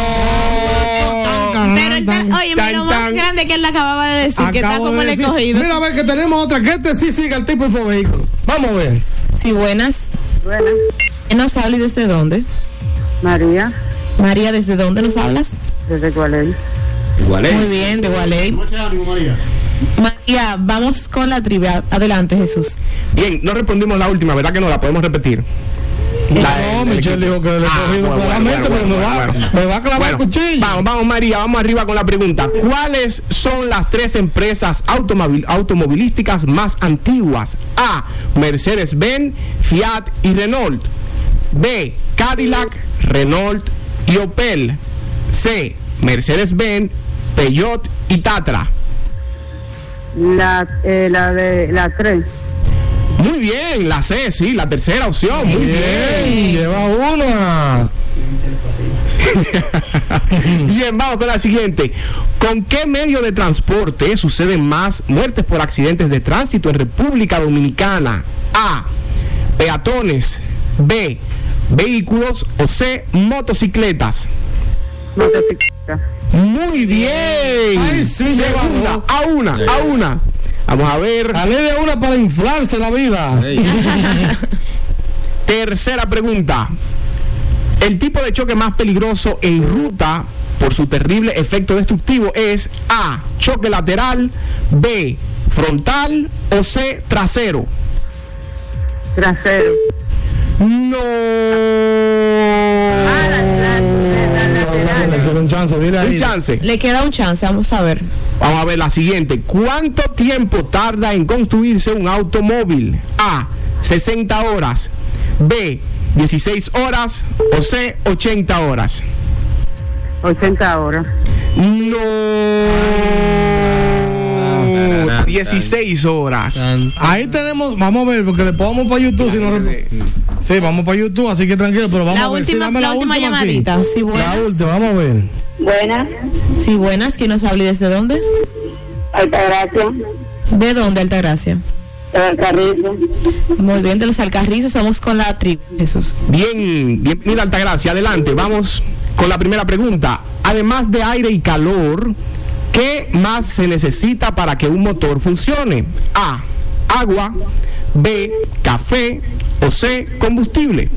Pero el tan, oye, Tan, lo más tan. grande que él le acababa de decir, que está Acabo como de el decir. escogido. Mira a ver que tenemos otra. Que este sí siga el tipo Infovehículo. Vamos a ver. Sí, buenas. Buenas. ¿Quién nos habla y desde dónde? María, María, ¿desde dónde nos hablas? ¿desde cuál es? Igual es. Muy bien, de Gualey. María, vamos con la trivia. Adelante, Jesús. Bien, no respondimos la última, ¿verdad que no? La podemos repetir. La- No, el Michelle equipo. dijo que el Ah, escogido bueno, claramente, bueno, pero me bueno, va, bueno. me va a clavar Bueno, el cuchillo. Vamos, vamos María, vamos arriba con la pregunta. ¿Cuáles son las tres empresas automóvil- automovilísticas más antiguas? A. Mercedes-Benz, Fiat y Renault. B. Cadillac, Renault y Opel. C. Mercedes-Benz, Peugeot y Tatra. La, eh, la de la tres. Muy bien, la C, sí, la tercera opción. Muy Bien, bien. lleva una. Bien, vamos con la siguiente. ¿Con qué medio de transporte suceden más muertes por accidentes de tránsito en República Dominicana? A. Peatones. B. Vehículos. O C. Motocicletas. Motocicleta. Muy bien. Ay, sí, lleva Segunda, dos. a una, a una. Vamos a ver. Dale de una para inflarse la vida. Ey. Tercera pregunta. El tipo de choque más peligroso en ruta por su terrible efecto destructivo es A. Choque lateral, B. Frontal o C. Trasero. Trasero. No. Ah, la, la, la, la Le lateral. queda un chance, dile ahí. Un chance. Le queda un chance, vamos a ver. Vamos a ver la siguiente. ¿Cuánto tiempo tarda en construirse un automóvil? A. sesenta horas. B. dieciséis horas. O C. ochenta horas. ochenta horas. No. dieciséis horas. Ahí tenemos, vamos a ver, porque después vamos para YouTube. Si no rep- sí, vamos para YouTube, así que tranquilo, pero vamos La a ver. Sí, última- dame la última aquí. llamadita, sí, buenas. La última, vamos a ver. Buenas. Sí, buenas. ¿Quién nos habla y desde dónde? Altagracia. ¿De dónde, Altagracia? El Carrizo. Muy bien, de los Alcarrizos. Vamos con la trivia, Jesús. Bien, bienvenida Altagracia. Adelante, vamos con la primera pregunta. Además de aire y calor, ¿qué más se necesita para que un motor funcione? A. Agua. B. Café. O C. Combustible.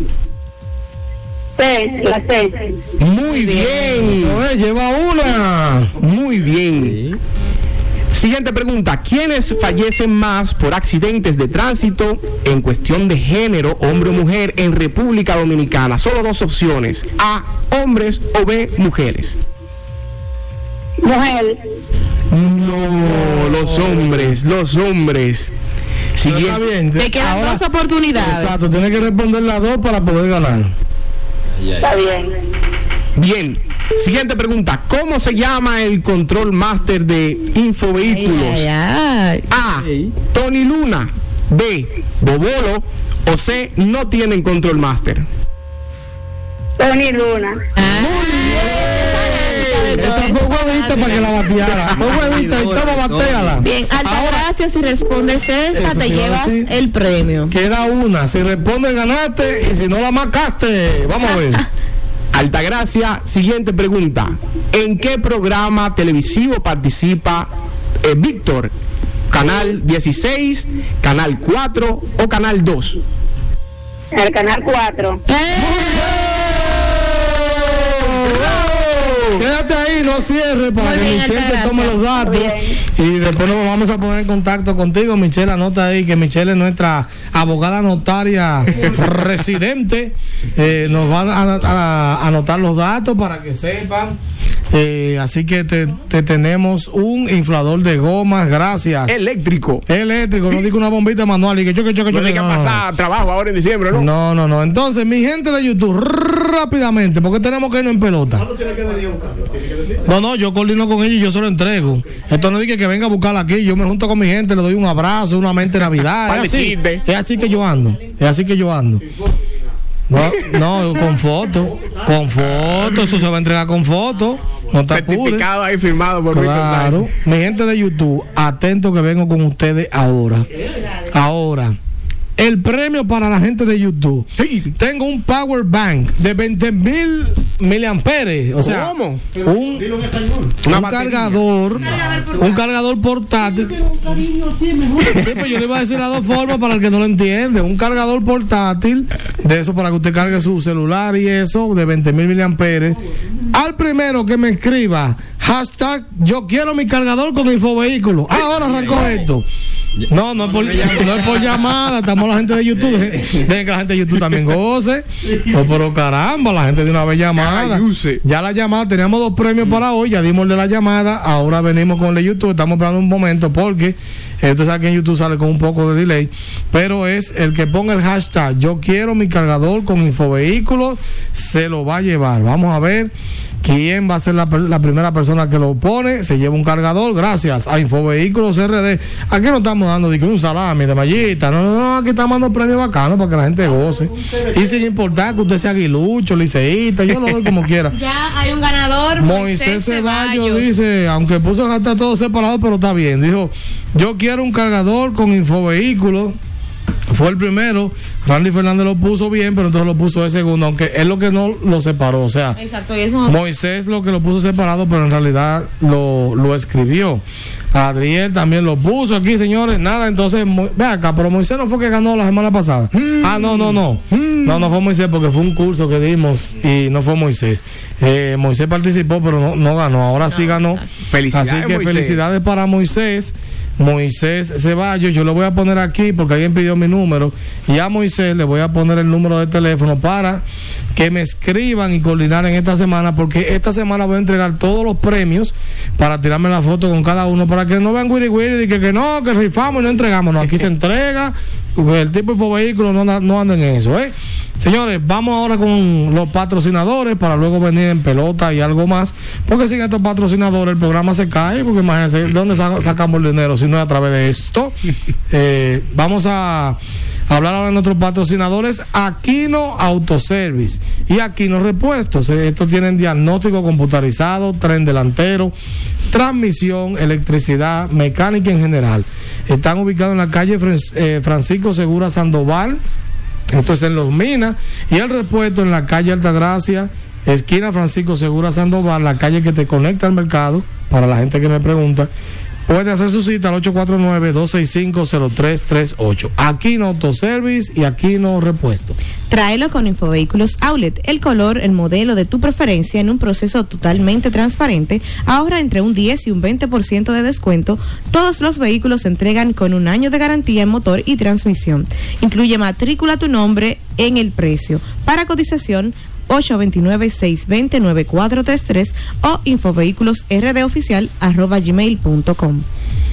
C. La C. Muy bien. Eso es, lleva una. Muy bien. Siguiente pregunta. ¿Quiénes fallecen más por accidentes de tránsito en cuestión de género, hombre o mujer, en República Dominicana? Solo dos opciones. A. Hombres o B. Mujeres. Mujer. No, los hombres, los hombres. Pero está Siguiente. bien. Te quedan Ahora- dos oportunidades. Exacto, tienes que responder las dos para poder ganar. Está bien. Bien. Siguiente pregunta. ¿Cómo se llama el control master de Infovehículos? Ay, ay, ay. A. Tony Luna. B. Bobolo. O C. No tienen control master. Tony Luna. Esa fue huevita para que la bateara. Fue huevita y toma, bateala. Bien, Altagracia, si respondes esta, Eso te te iba a llevas decir. el premio. Queda una. Si respondes, ganaste. Y si no la marcaste, vamos a ver. Altagracia, siguiente pregunta. ¿En qué programa televisivo participa eh, Víctor? ¿Canal dieciséis, Canal cuatro o Canal dos? El canal cuatro. Quédate ahí, no cierres para Muy que bien, Michelle te Altagracia. tome los datos. Y después nos vamos a poner en contacto contigo. Michelle, anota ahí que Michelle es nuestra abogada notaria residente. Eh, nos van a, a- a anotar los datos para que sepan. Eh, así que te, te tenemos un inflador de gomas, gracias. Eléctrico. Eléctrico, no digo una bombita manual y que choque, choque, No choque. hay que no. pasar trabajo ahora en diciembre, ¿no? No, no, no. Entonces, mi gente de YouTube, rápidamente, porque tenemos que irnos en pelota. No, no, yo coordino con ellos y yo se lo entrego. Esto no dice que venga a buscarla aquí. Yo me junto con mi gente, le doy un abrazo, una mente de Navidad. Par de Es así, chistes. es así que yo ando. Es así que yo ando. No, no, con foto. Con foto. Eso se va a entregar con foto. No te apures. Certificado ahí firmado por Claro, mi gente de YouTube, atento que vengo con ustedes ahora. Ahora, el premio para la gente de YouTube. Tengo un power bank de veinte mil miliamperes. O sea, ¿cómo? un, un cargador, un cargador portátil. Sí, pues yo le iba a decir a dos formas para el que no lo entiende. Un cargador portátil, de eso para que usted cargue su celular y eso, de veinte mil miliamperes. Al primero que me escriba, hashtag, yo quiero mi cargador con Infovehículos. Ahora arrancó esto. No, no es, por, no es por llamada, estamos la gente de YouTube. Dejen que la gente de YouTube también goce. Oh, pero caramba, la gente de una vez llamada. Ya la llamada, teníamos dos premios para hoy, ya dimos de la llamada, ahora venimos con el de YouTube, estamos esperando un momento porque eh, usted sabe que en YouTube sale con un poco de delay, pero es el que ponga el hashtag, yo quiero mi cargador con Infovehículos, se lo va a llevar. Vamos a ver quién va a ser la, la primera persona que lo pone, se lleva un cargador, gracias a Infovehículos R D. Aquí no estamos dando de que un salami de mallita, no, no, no, aquí estamos dando premios bacanos para que la gente goce. Y sin importar que usted sea aguilucho, liceísta, yo lo doy como quiera. Ya hay un ganador, Moisés Ceballos dice, aunque puso el hashtag todo separado, pero está bien. Dijo, yo quiero un cargador con Infovehículos. Fue el primero, Randy Fernández lo puso bien, pero entonces lo puso de segundo, aunque es lo que no lo separó, o sea, exacto, y eso... Moisés lo que lo puso separado, pero en realidad lo, lo escribió. Adriel también lo puso aquí, señores, nada, entonces, ve acá, pero Moisés no fue que ganó la semana pasada. Mm. Ah, no, no, no, mm. no, no fue Moisés porque fue un curso que dimos y no fue Moisés. Eh, Moisés participó, pero no, no ganó, ahora no, sí ganó. Felicidades, así que Moisés. Felicidades para Moisés. Moisés Ceballos, yo lo voy a poner aquí porque alguien pidió mi número y a Moisés le voy a poner el número de teléfono para que me escriban y coordinar en esta semana, porque esta semana voy a entregar todos los premios para tirarme la foto con cada uno para que no vean wiri wiri y que, que no, que rifamos y no entregamos, no, aquí se entrega, el tipo de Infovehículos no, no anda en eso, ¿eh? Señores, vamos ahora con los patrocinadores para luego venir en pelota y algo más, porque sin estos patrocinadores el programa se cae, porque imagínense, ¿de dónde sacamos el dinero si no es a través de esto? Eh, vamos a hablar ahora de nuestros patrocinadores, Aquino Autoservice y Aquino Repuestos. Estos tienen diagnóstico computarizado, tren delantero, transmisión, electricidad, mecánica en general. Están ubicados en la calle Francisco Segura Sandoval, esto es en Los Minas, y el repuesto en la calle Altagracia, esquina Francisco Segura Sandoval, la calle que te conecta al mercado, para la gente que me pregunta. Puede hacer su cita al ocho cuatro nueve, dos seis cinco, cero tres tres ocho. Aquino Autoservice y Aquino Repuesto. Tráelo con Infovehículos Outlet. El color, el modelo de tu preferencia en un proceso totalmente transparente. Ahorra entre un diez y un veinte por ciento de descuento. Todos los vehículos se entregan con un año de garantía en motor y transmisión. Incluye matrícula tu nombre en el precio. Para cotización, ocho dos nueve, seis dos cero, nueve cuatro tres tres o infovehículosrdoficial arroba gmail punto com.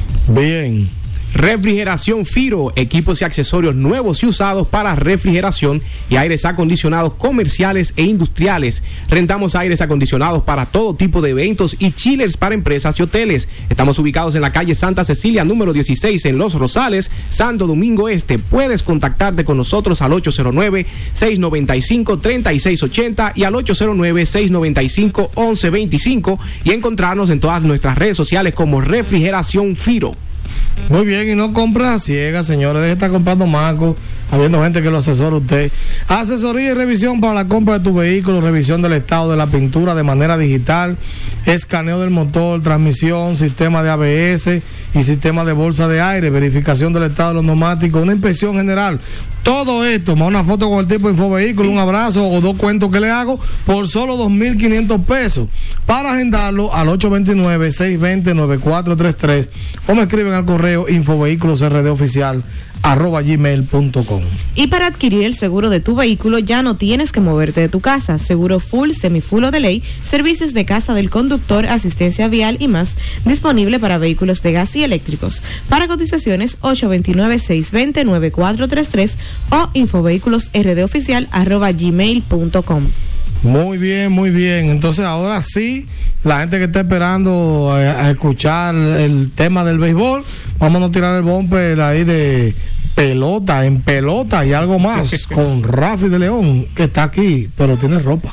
Bien. Refrigeración Firo, equipos y accesorios nuevos y usados para refrigeración y aires acondicionados comerciales e industriales. Rentamos aires acondicionados para todo tipo de eventos y chillers para empresas y hoteles. Estamos ubicados en la calle Santa Cecilia, número dieciséis, en Los Rosales, Santo Domingo Este. Puedes contactarte con nosotros al ocho cero nueve, seis nueve cinco, tres seis ocho cero y al ocho cero nueve, seis nueve cinco, once veinticinco y encontrarnos en todas nuestras redes sociales como Refrigeración Firo. Muy bien, y no compras a ciegas, señores. Deje de estar comprando macos, habiendo gente que lo asesora a usted. Asesoría y revisión para la compra de tu vehículo, revisión del estado de la pintura de manera digital, escaneo del motor, transmisión, sistema de A B S y sistema de bolsa de aire, verificación del estado de los neumáticos, una inspección general. Todo esto, más una foto con el tipo de Infovehículos, un abrazo o dos cuentos que le hago por solo dos mil quinientos pesos. Para agendarlo al ocho dos nueve, seis dos cero, nueve cuatro tres tres o me escriben al correo infovehículosrdoficial arroba gmail punto com. Y para adquirir el seguro de tu vehículo ya no tienes que moverte de tu casa. Seguro full, semifull o de ley, servicios de casa del conductor, asistencia vial y más, disponible para vehículos de gas y eléctricos. Para cotizaciones ocho dos nueve, seis dos cero, nueve cuatro tres tres o infovehículosrdoficial arroba gmail punto com. Muy bien, muy bien. Entonces ahora sí, la gente que está esperando a, a escuchar el tema del béisbol, vámonos a tirar el bumper ahí de pelota, en pelota y algo más con Rafi de León, que está aquí, pero tiene ropa.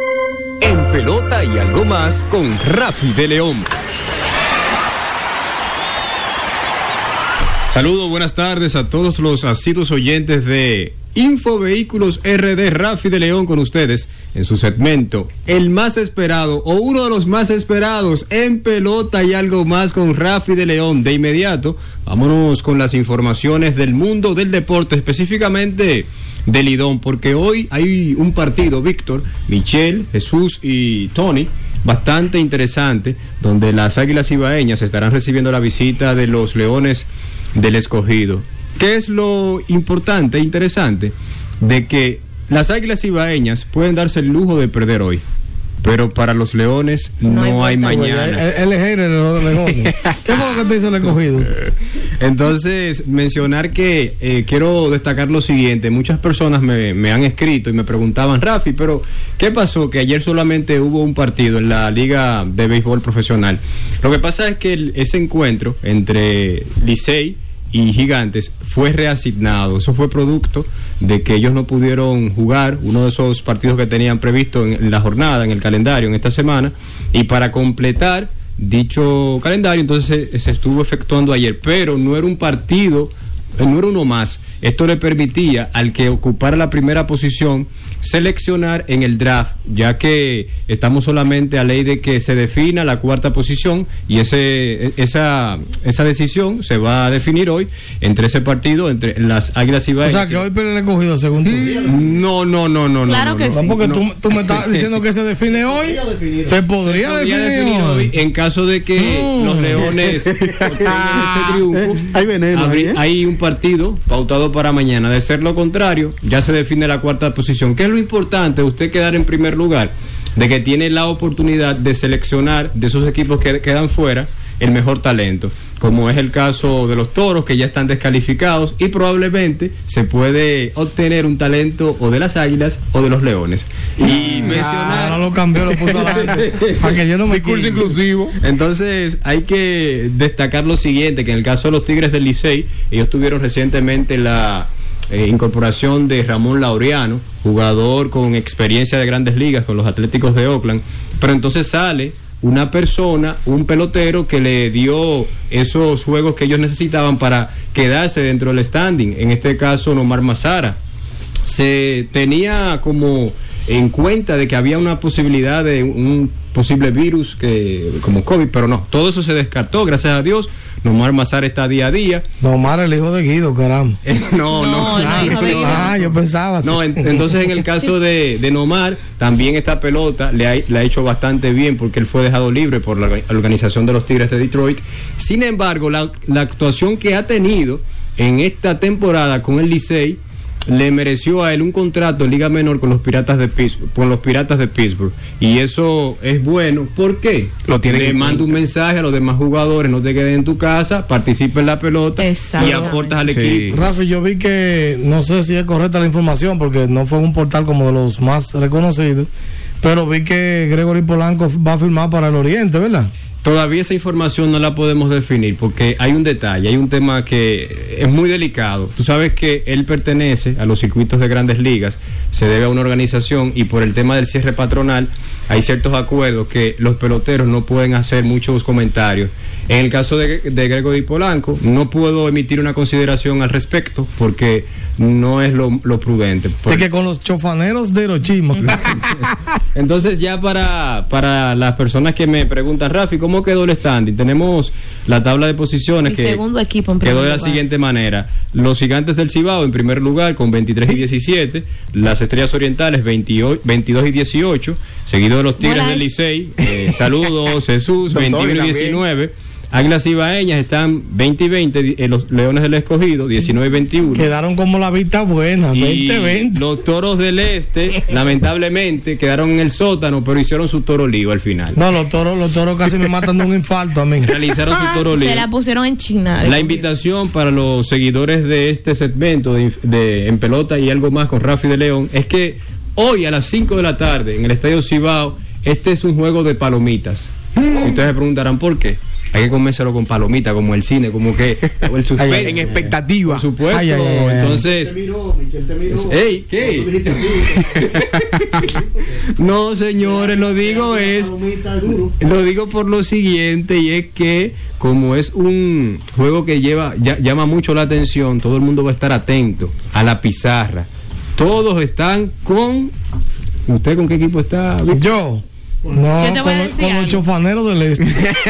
En pelota y algo más con Rafi de León. Saludos, buenas tardes a todos los asiduos oyentes de Infovehículos R D. Rafi de León con ustedes en su segmento el más esperado o uno de los más esperados en pelota y algo más con Rafi de León. De inmediato, vámonos con las informaciones del mundo del deporte, específicamente del Lidón, porque hoy hay un partido, Víctor, Michelle, Jesús y Tony, bastante interesante, donde las Águilas Ibaeñas estarán recibiendo la visita de los Leones del Escogido. ¿Qué es lo importante e interesante? De que las Águilas Ibaeñas pueden darse el lujo de perder hoy, pero para los Leones no, no hay, hay mañana. El hater de los Leones. ¿Qué fue lo que te hizo el Escogido? Entonces, mencionar que eh, quiero destacar lo siguiente. Muchas personas me, me han escrito y me preguntaban, Rafi, pero ¿qué pasó? Que ayer solamente hubo un partido en la Liga de Béisbol Profesional. Lo que pasa es que el, ese encuentro entre Licey y Gigantes fue reasignado. Eso fue producto de que ellos no pudieron jugar uno de esos partidos que tenían previsto en, en la jornada, en el calendario, en esta semana, y para completar dicho calendario, entonces se, se estuvo efectuando ayer, pero no era un partido, no era uno más. Esto le permitía al que ocupara la primera posición seleccionar en el draft, ya que estamos solamente a ley de que se defina la cuarta posición, y ese esa esa decisión se va a definir hoy entre ese partido, entre las Águilas Ibaeñas. O sea, que hoy Pérez le cogido según tú. No, no, no, no, claro no. que no, sí. No, porque no. tú, tú me estás diciendo que se define hoy. Se podría, se podría definir, definir hoy, hoy en caso de que mm. los Leones tengan ese triunfo. Hay veneno. Habrí, ¿eh? Hay un partido pautado para mañana. De ser lo contrario, ya se define la cuarta posición. ¿Qué es lo importante? Usted quedar en primer lugar, de que tiene la oportunidad de seleccionar de esos equipos que quedan fuera el mejor talento, como es el caso de los Toros, que ya están descalificados, y probablemente se puede obtener un talento o de las Águilas o de los Leones. Y ah, mencionar... ahora lo cambió, lo puso adelante, para que yo no me discurso inclusivo. Entonces hay que destacar lo siguiente, que en el caso de los Tigres del Licey, ellos tuvieron recientemente la eh, incorporación de Ramón Laureano, jugador con experiencia de grandes ligas con los Atléticos de Oakland, pero entonces sale una persona, un pelotero que le dio esos juegos que ellos necesitaban para quedarse dentro del standing, en este caso Nomar Mazara. Se tenía como en cuenta de que había una posibilidad de un posible virus que como COVID, pero no, todo eso se descartó, gracias a Dios. Nomar Mazara está día a día. Nomar, el hijo de Guido, caramba. no, no, no, ah, no, no, ah, yo pensaba. No, en, entonces en el caso de, de Nomar, también esta pelota le ha, le ha hecho bastante bien, porque él fue dejado libre por la organización de los Tigres de Detroit. Sin embargo, la, la actuación que ha tenido en esta temporada con el Licey le mereció a él un contrato en Liga Menor con los Piratas de Pittsburgh, con los Piratas de Pittsburgh, y eso es bueno. ¿Por qué? Lo tiene le manda un mensaje a los demás jugadores: no te quedes en tu casa, participa en la pelota y aportas al sí. equipo. Rafi, yo vi que, no sé si es correcta la información, porque no fue un portal como de los más reconocidos, pero vi que Gregory Polanco va a firmar para el Oriente, ¿verdad? Todavía esa información no la podemos definir, porque hay un detalle, hay un tema que es muy delicado. Tú sabes que él pertenece a los circuitos de Grandes Ligas, se debe a una organización, y por el tema del cierre patronal hay ciertos acuerdos que los peloteros no pueden hacer muchos comentarios. En el caso de, de Gregory Polanco, no puedo emitir una consideración al respecto porque no es lo, lo prudente. De que con los chofaneros de Hiroshima. Entonces, ya para, para las personas que me preguntan, Rafi, ¿cómo quedó el standing? Tenemos la tabla de posiciones. El que segundo equipo en quedó de la lugar. siguiente manera: los Gigantes del Cibao en primer lugar con veintitrés y diecisiete, las Estrellas Orientales veintiocho, veintidós y dieciocho, seguido de los Tigres Buenas. del Licey, eh, saludos Jesús, veintiuno y diecinueve. Águilas Ibaeñas están veinte y veinte, eh, los Leones del Escogido diecinueve y veintiuno. Quedaron como la vista buena, veinte veinte. Los Toros del Este, lamentablemente, quedaron en el sótano, pero hicieron su toro lío al final. No, los toros, los toros casi me matan de un infarto a mí. Realizaron su toro lío. Se la pusieron en China. La invitación para los seguidores de este segmento de, de En Pelota y Algo Más con Rafi de León es que hoy a las cinco de la tarde en el Estadio Cibao, este es un juego de palomitas. Y ustedes se preguntarán por qué. hay que comérselo con palomita, como el cine, como que el suspenso. En expectativa. Por supuesto. Ay, ay, ay, ay. Entonces, ey, ¿qué? No, señores, lo digo es, lo digo por lo siguiente, y es que como es un juego que lleva ya, llama mucho la atención, todo el mundo va a estar atento a la pizarra. Todos están con... ¿Usted con qué equipo está, Víctor? Yo. No, Yo te voy a con, decir con los algo. chofaneros del este.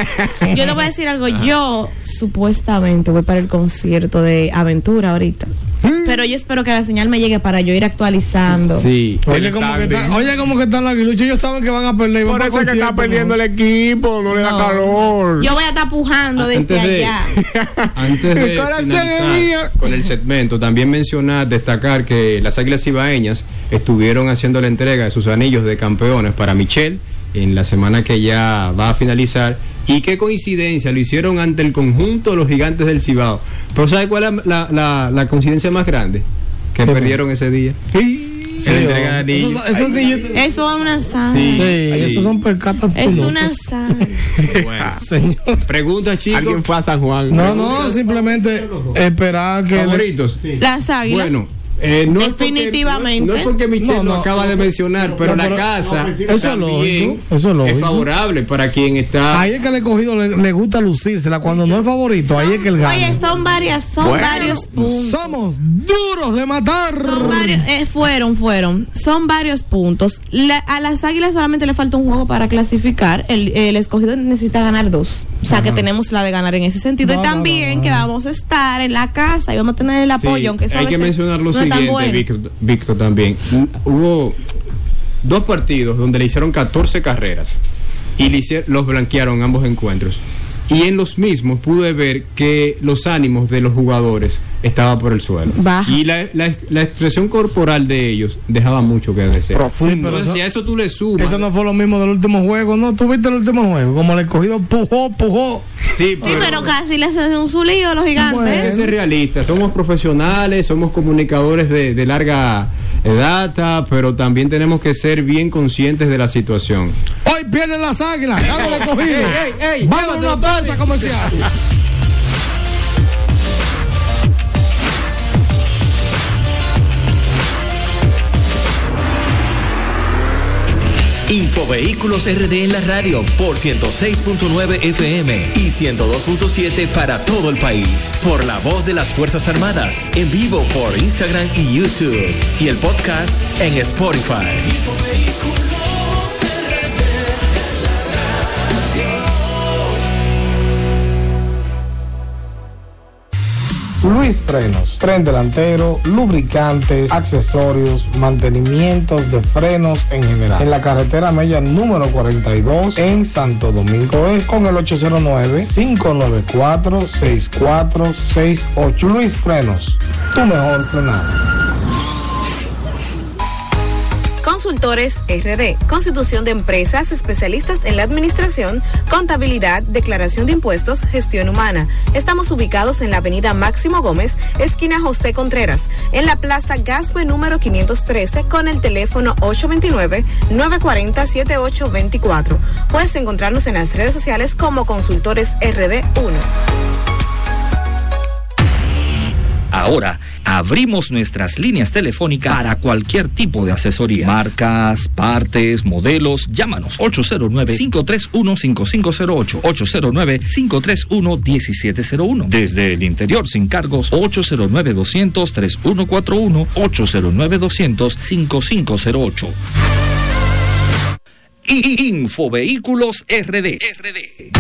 Yo te voy a decir algo. Yo supuestamente voy para el concierto de Aventura ahorita. Pero yo espero que la señal me llegue para yo ir actualizando. Sí. Oye, como que está, oye, como que están los aguiluchos, ellos saben que van a perder. y van Por para eso es que está concierto, perdiendo ¿no? el equipo, no le da No. calor. Yo voy a estar pujando desde Antes de- allá. Antes de El corazón es mío. finalizar con el segmento, también mencionar, destacar que las Águilas Ibaeñas estuvieron haciendo la entrega de sus anillos de campeones para Michelle en la semana que ya va a finalizar, y qué coincidencia, lo hicieron ante el conjunto de los Gigantes del Cibao. Pero ¿sabe cuál es la, la, la, la coincidencia más grande? Que ¿Qué perdieron ese día. Sí, Se le entrega de anillos. Esos, esos niños- Eso es una sal. sí, Sí. esos son percatas. Es absolutas. una sal. Bueno. Señor. Pregunta, chicos. Alguien fue a San Juan. No, no, simplemente esperar que. le- Favoritos. Las águilas. Bueno, eh, no Definitivamente. Es porque, no, no es porque Michelle No, lo no. acaba de mencionar, pero No, la pero- casa Eso es también lógico, eso es lógico. favorable para quien está. Ahí es que el escogido le, le gusta lucírsela. Cuando no es favorito, ahí es que el Oye, gana. son varias, son Bueno, varios puntos. Somos duros de matar. Son varios, eh, fueron, fueron. Son varios puntos. La- a las águilas solamente le falta un juego para clasificar. El, el escogido necesita ganar dos. O sea que tenemos la de ganar en ese sentido. No, y no, también no, no. que vamos a estar en la casa y vamos a tener el Sí, apoyo, aunque eso a hay que veces mencionar lo no es tan siguiente, bueno. Víctor, Víctor, también. Hubo dos partidos donde le hicieron catorce carreras y le hicieron- los blanquearon ambos encuentros. Y en los mismos pude ver que los ánimos de los jugadores estaban por el suelo. Baja. Y la, la- la expresión corporal de ellos dejaba mucho que desear. Profundo. Sí, pero Entonces, eso- si a eso tú le sumas. Eso no fue lo mismo del último juego. No, tuviste el último juego. Como el escogido pujó, pujó. Sí, Sí, pero casi le hacen un zulío a los gigantes. Bueno. Hay que ser realistas, somos profesionales, somos comunicadores de, de larga data, pero también tenemos que ser bien conscientes de la situación. Hoy pierden las águilas. Gana el escogido. Ey, ey, ey, Vamos a llévatelo, una pausa comercial. Infovehículos R D en la radio por ciento seis punto nueve F M y ciento dos punto siete para todo el país. Por la voz de las Fuerzas Armadas, en vivo por Instagram y YouTube. Y el podcast en Spotify. Luis Frenos, tren delantero, lubricantes, accesorios, mantenimientos de frenos en general. En la carretera Mella número cuarenta y dos en Santo Domingo Este con el ocho cero nueve, cinco nueve cuatro, seis cuatro seis ocho. Luis Frenos, tu mejor frenado. Consultores R D, Constitución de Empresas, especialistas en la administración, contabilidad, declaración de impuestos, gestión humana. Estamos ubicados en la avenida Máximo Gómez, esquina José Contreras, en la Plaza Gascue número quinientos trece, con el teléfono ocho dos nueve, nueve cuatro cero, siete ocho dos cuatro. Puedes encontrarnos en las redes sociales como Consultores R D uno. Ahora abrimos nuestras líneas telefónicas para cualquier tipo de asesoría. Marcas, partes, modelos. Llámanos ocho cero nueve, cinco tres uno, cinco cinco cero ocho, ocho cero nueve, cinco tres uno, uno siete cero uno. Desde el interior sin cargos, ocho cero nueve, doscientos, treinta y uno cuarenta y uno, ocho cero nueve, doscientos, cincuenta y cinco cero ocho. Infovehículos R D. R D.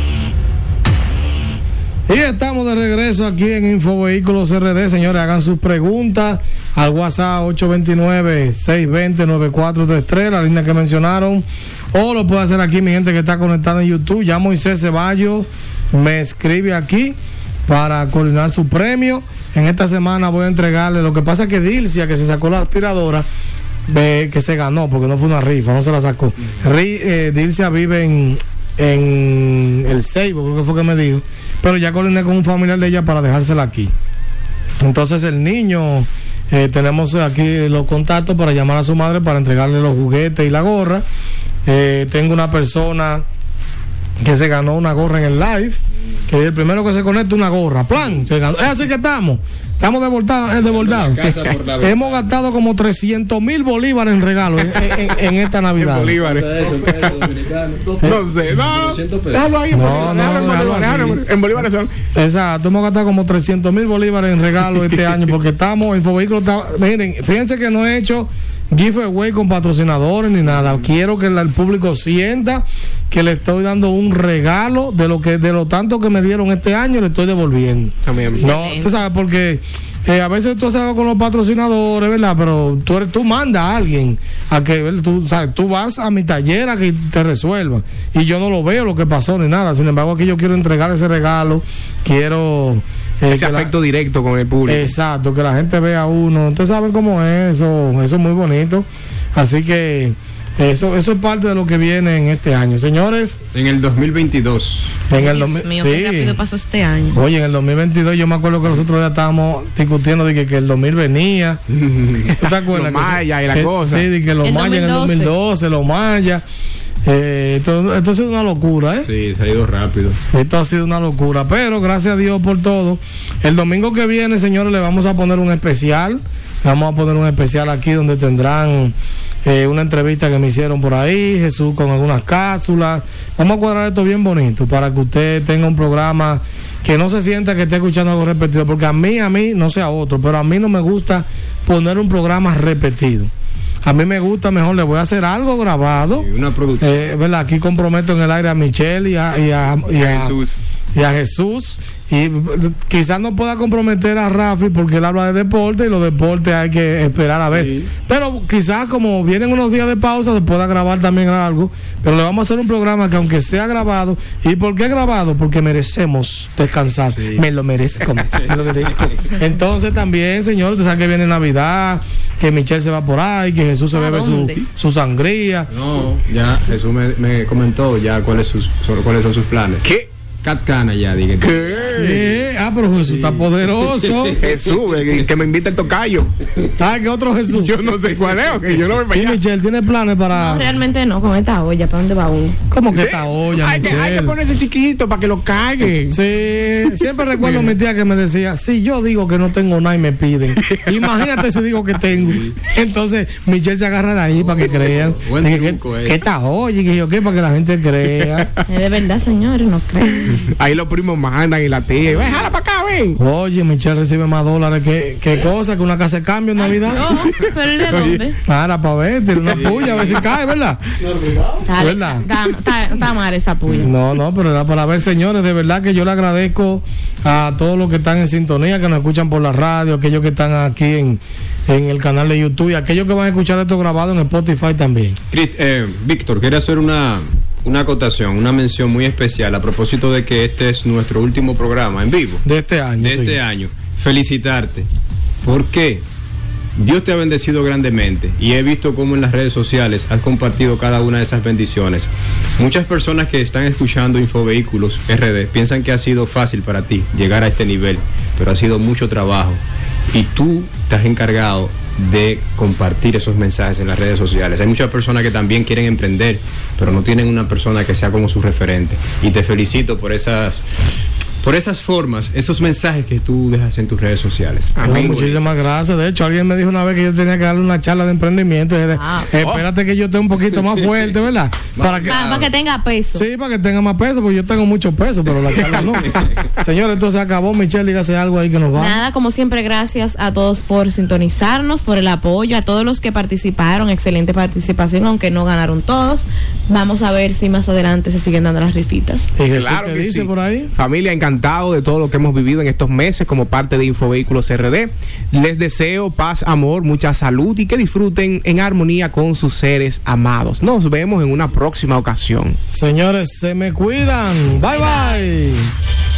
Y estamos de regreso aquí en Infovehículos R D. Señores, hagan sus preguntas al WhatsApp ocho dos nueve, seis dos cero, nueve cuatro tres tres, la línea que mencionaron. O lo puede hacer aquí mi gente que está conectada en YouTube. Ya Moisés Ceballos me escribe aquí para coordinar su premio. En esta semana voy a entregarle. Lo que pasa es que Dilcia, que se sacó la aspiradora, ve que se ganó porque no fue una rifa, no se la sacó. Ri, eh, Dilcia vive en, en el Seibo, creo que fue que me dijo. Pero ya coordiné con un familiar de ella para dejársela aquí. Entonces el niño, eh, tenemos aquí los contactos para llamar a su madre para entregarle los juguetes y la gorra. Eh, tengo una persona que se ganó una gorra en el live. Que el primero que se conecta una gorra. Plan, se ganó. Es así que estamos. Estamos desbordados. desbordados. Hemos gastado como trescientos mil bolívares en regalos en, en, en esta Navidad. En bolívares. No sé. No, déjalo ahí. No, no, en bolívares son. Exacto. Hemos gastado como trescientos mil bolívares en regalos este año porque estamos. Infovehículos está, miren, fíjense que no he hecho giveaway con patrocinadores ni nada. Quiero que el público sienta que le estoy dando un regalo de lo que de lo tanto que me dieron este año, le estoy devolviendo. También. No, tú sabes, porque eh, a veces tú haces algo con los patrocinadores, ¿verdad? Pero tú eres, tú mandas a alguien a que tú, sabes, tú vas a mi taller a que te resuelvan y yo no lo veo lo que pasó ni nada. Sin embargo, aquí yo quiero entregar ese regalo, quiero eh, ese afecto la, directo con el público. Exacto, que la gente vea a uno. Ustedes saben cómo es eso, eso es muy bonito. Así que Eso, eso es parte de lo que viene en este año, señores. En el dos mil veintidós. En el Dios dos mil, mío, sí. qué rápido pasó este año. Oye, en el dos mil veintidós yo me acuerdo que nosotros ya estábamos discutiendo de que, que el dos mil venía. ¿Tú te acuerdas? Los mayas y la que, cosa. Sí, de que los mayas en el dos mil doce, los mayas. Eh, esto, esto ha sido una locura, ¿eh? Sí, ha ido rápido. Esto ha sido una locura, pero gracias a Dios por todo. El domingo que viene, señores, le vamos a poner un especial. Vamos a poner un especial aquí donde tendrán eh, una entrevista que me hicieron por ahí, Jesús con algunas cápsulas. Vamos a cuadrar esto bien bonito para que usted tenga un programa que no se sienta que esté escuchando algo repetido, porque a mí, a mí, no sé a otro, pero a mí no me gusta poner un programa repetido. A mí me gusta mejor, le voy a hacer algo grabado. Sí, una producción. Eh, ¿verdad? Aquí comprometo en el aire a Michelle y a, y a, y a, Jesús. y a Jesús. Y quizás no pueda comprometer a Rafi porque él habla de deporte y los deportes hay que esperar a ver. Sí. Pero quizás como vienen unos días de pausa se pueda grabar también algo. Pero le vamos a hacer un programa que aunque sea grabado. ¿Y por qué grabado? Porque merecemos descansar. Sí. Me lo merezco. me lo merezco. Entonces también, señor, usted sabe que viene Navidad, que Michelle se va por ahí, que Jesús se bebe su, su sangría. No, ya Jesús me, me comentó ya cuáles, sus, cuáles son sus planes. ¿Qué? Catcana ya, dije. ¿Qué? ¿Qué? Ah, pero Jesús sí. Está poderoso. Jesús, que me invita el tocayo. Ah, ¿qué otro Jesús? Yo no sé cuál es, que yo no me vaya. Michelle, ¿tiene planes para...? No, realmente no, con esta olla, ¿para dónde va uno? ¿Cómo que ¿Sí? esta olla, hay Michelle? Que, hay que ponerse chiquito para que lo caigan. Sí, siempre recuerdo a mi tía que me decía, si yo digo que no tengo nada y me piden, imagínate si digo que tengo. Entonces, Michelle se agarra de ahí para que crean. Buen Dije, truco ¿qué, ¿qué esta olla? Y que yo, ¿qué? Para que la gente crea. Es de verdad, señores, no creen. Ahí los primos mandan y la tía, ven, jala para acá, ven. Oye, Michelle recibe más dólares que, que cosa, que una casa de cambio en Navidad. No, pero ¿de dónde? Ahora para ver, tiene una puya, a ver si cae, ¿verdad? Dale, ¿verdad? Está, está, está mal esa puya. No, no, pero era para ver, señores, de verdad que yo le agradezco a todos los que están en sintonía, que nos escuchan por la radio, aquellos que están aquí en, en el canal de YouTube y aquellos que van a escuchar esto grabado en Spotify también. Eh, Víctor, quería hacer una... Una acotación, una mención muy especial a propósito de que este es nuestro último programa en vivo. De este año. De este sí. año. Felicitarte. ¿Por qué? Dios te ha bendecido grandemente y he visto cómo en las redes sociales has compartido cada una de esas bendiciones. Muchas personas que están escuchando Infovehículos R D piensan que ha sido fácil para ti llegar a este nivel, pero ha sido mucho trabajo y tú te has encargado de compartir esos mensajes en las redes sociales. Hay muchas personas que también quieren emprender, pero no tienen una persona que sea como su referente. Y te felicito por esas por esas formas, esos mensajes que tú dejas en tus redes sociales. Amén. No, muchísimas gracias. De hecho, alguien me dijo una vez que yo tenía que darle una charla de emprendimiento. De, ah, espérate oh. que yo esté un poquito más fuerte, ¿verdad? Para que, para, para que tenga peso. Sí, para que tenga más peso, porque yo tengo mucho peso, pero la charla no. Señores, entonces acabó. Michelle, dígase algo ahí que nos va. Nada, como siempre, gracias a todos por sintonizarnos, por el apoyo, a todos los que participaron. Excelente participación, aunque no ganaron todos. Vamos a ver si más adelante se siguen dando las rifitas. ¿Y Jesús, claro qué que dice sí. por ahí? Familia, encantado de todo lo que hemos vivido en estos meses como parte de Infovehículos R D. Les deseo paz, amor, mucha salud y que disfruten en armonía con sus seres amados. Nos vemos en una próxima ocasión. Señores, se me cuidan. Bye bye.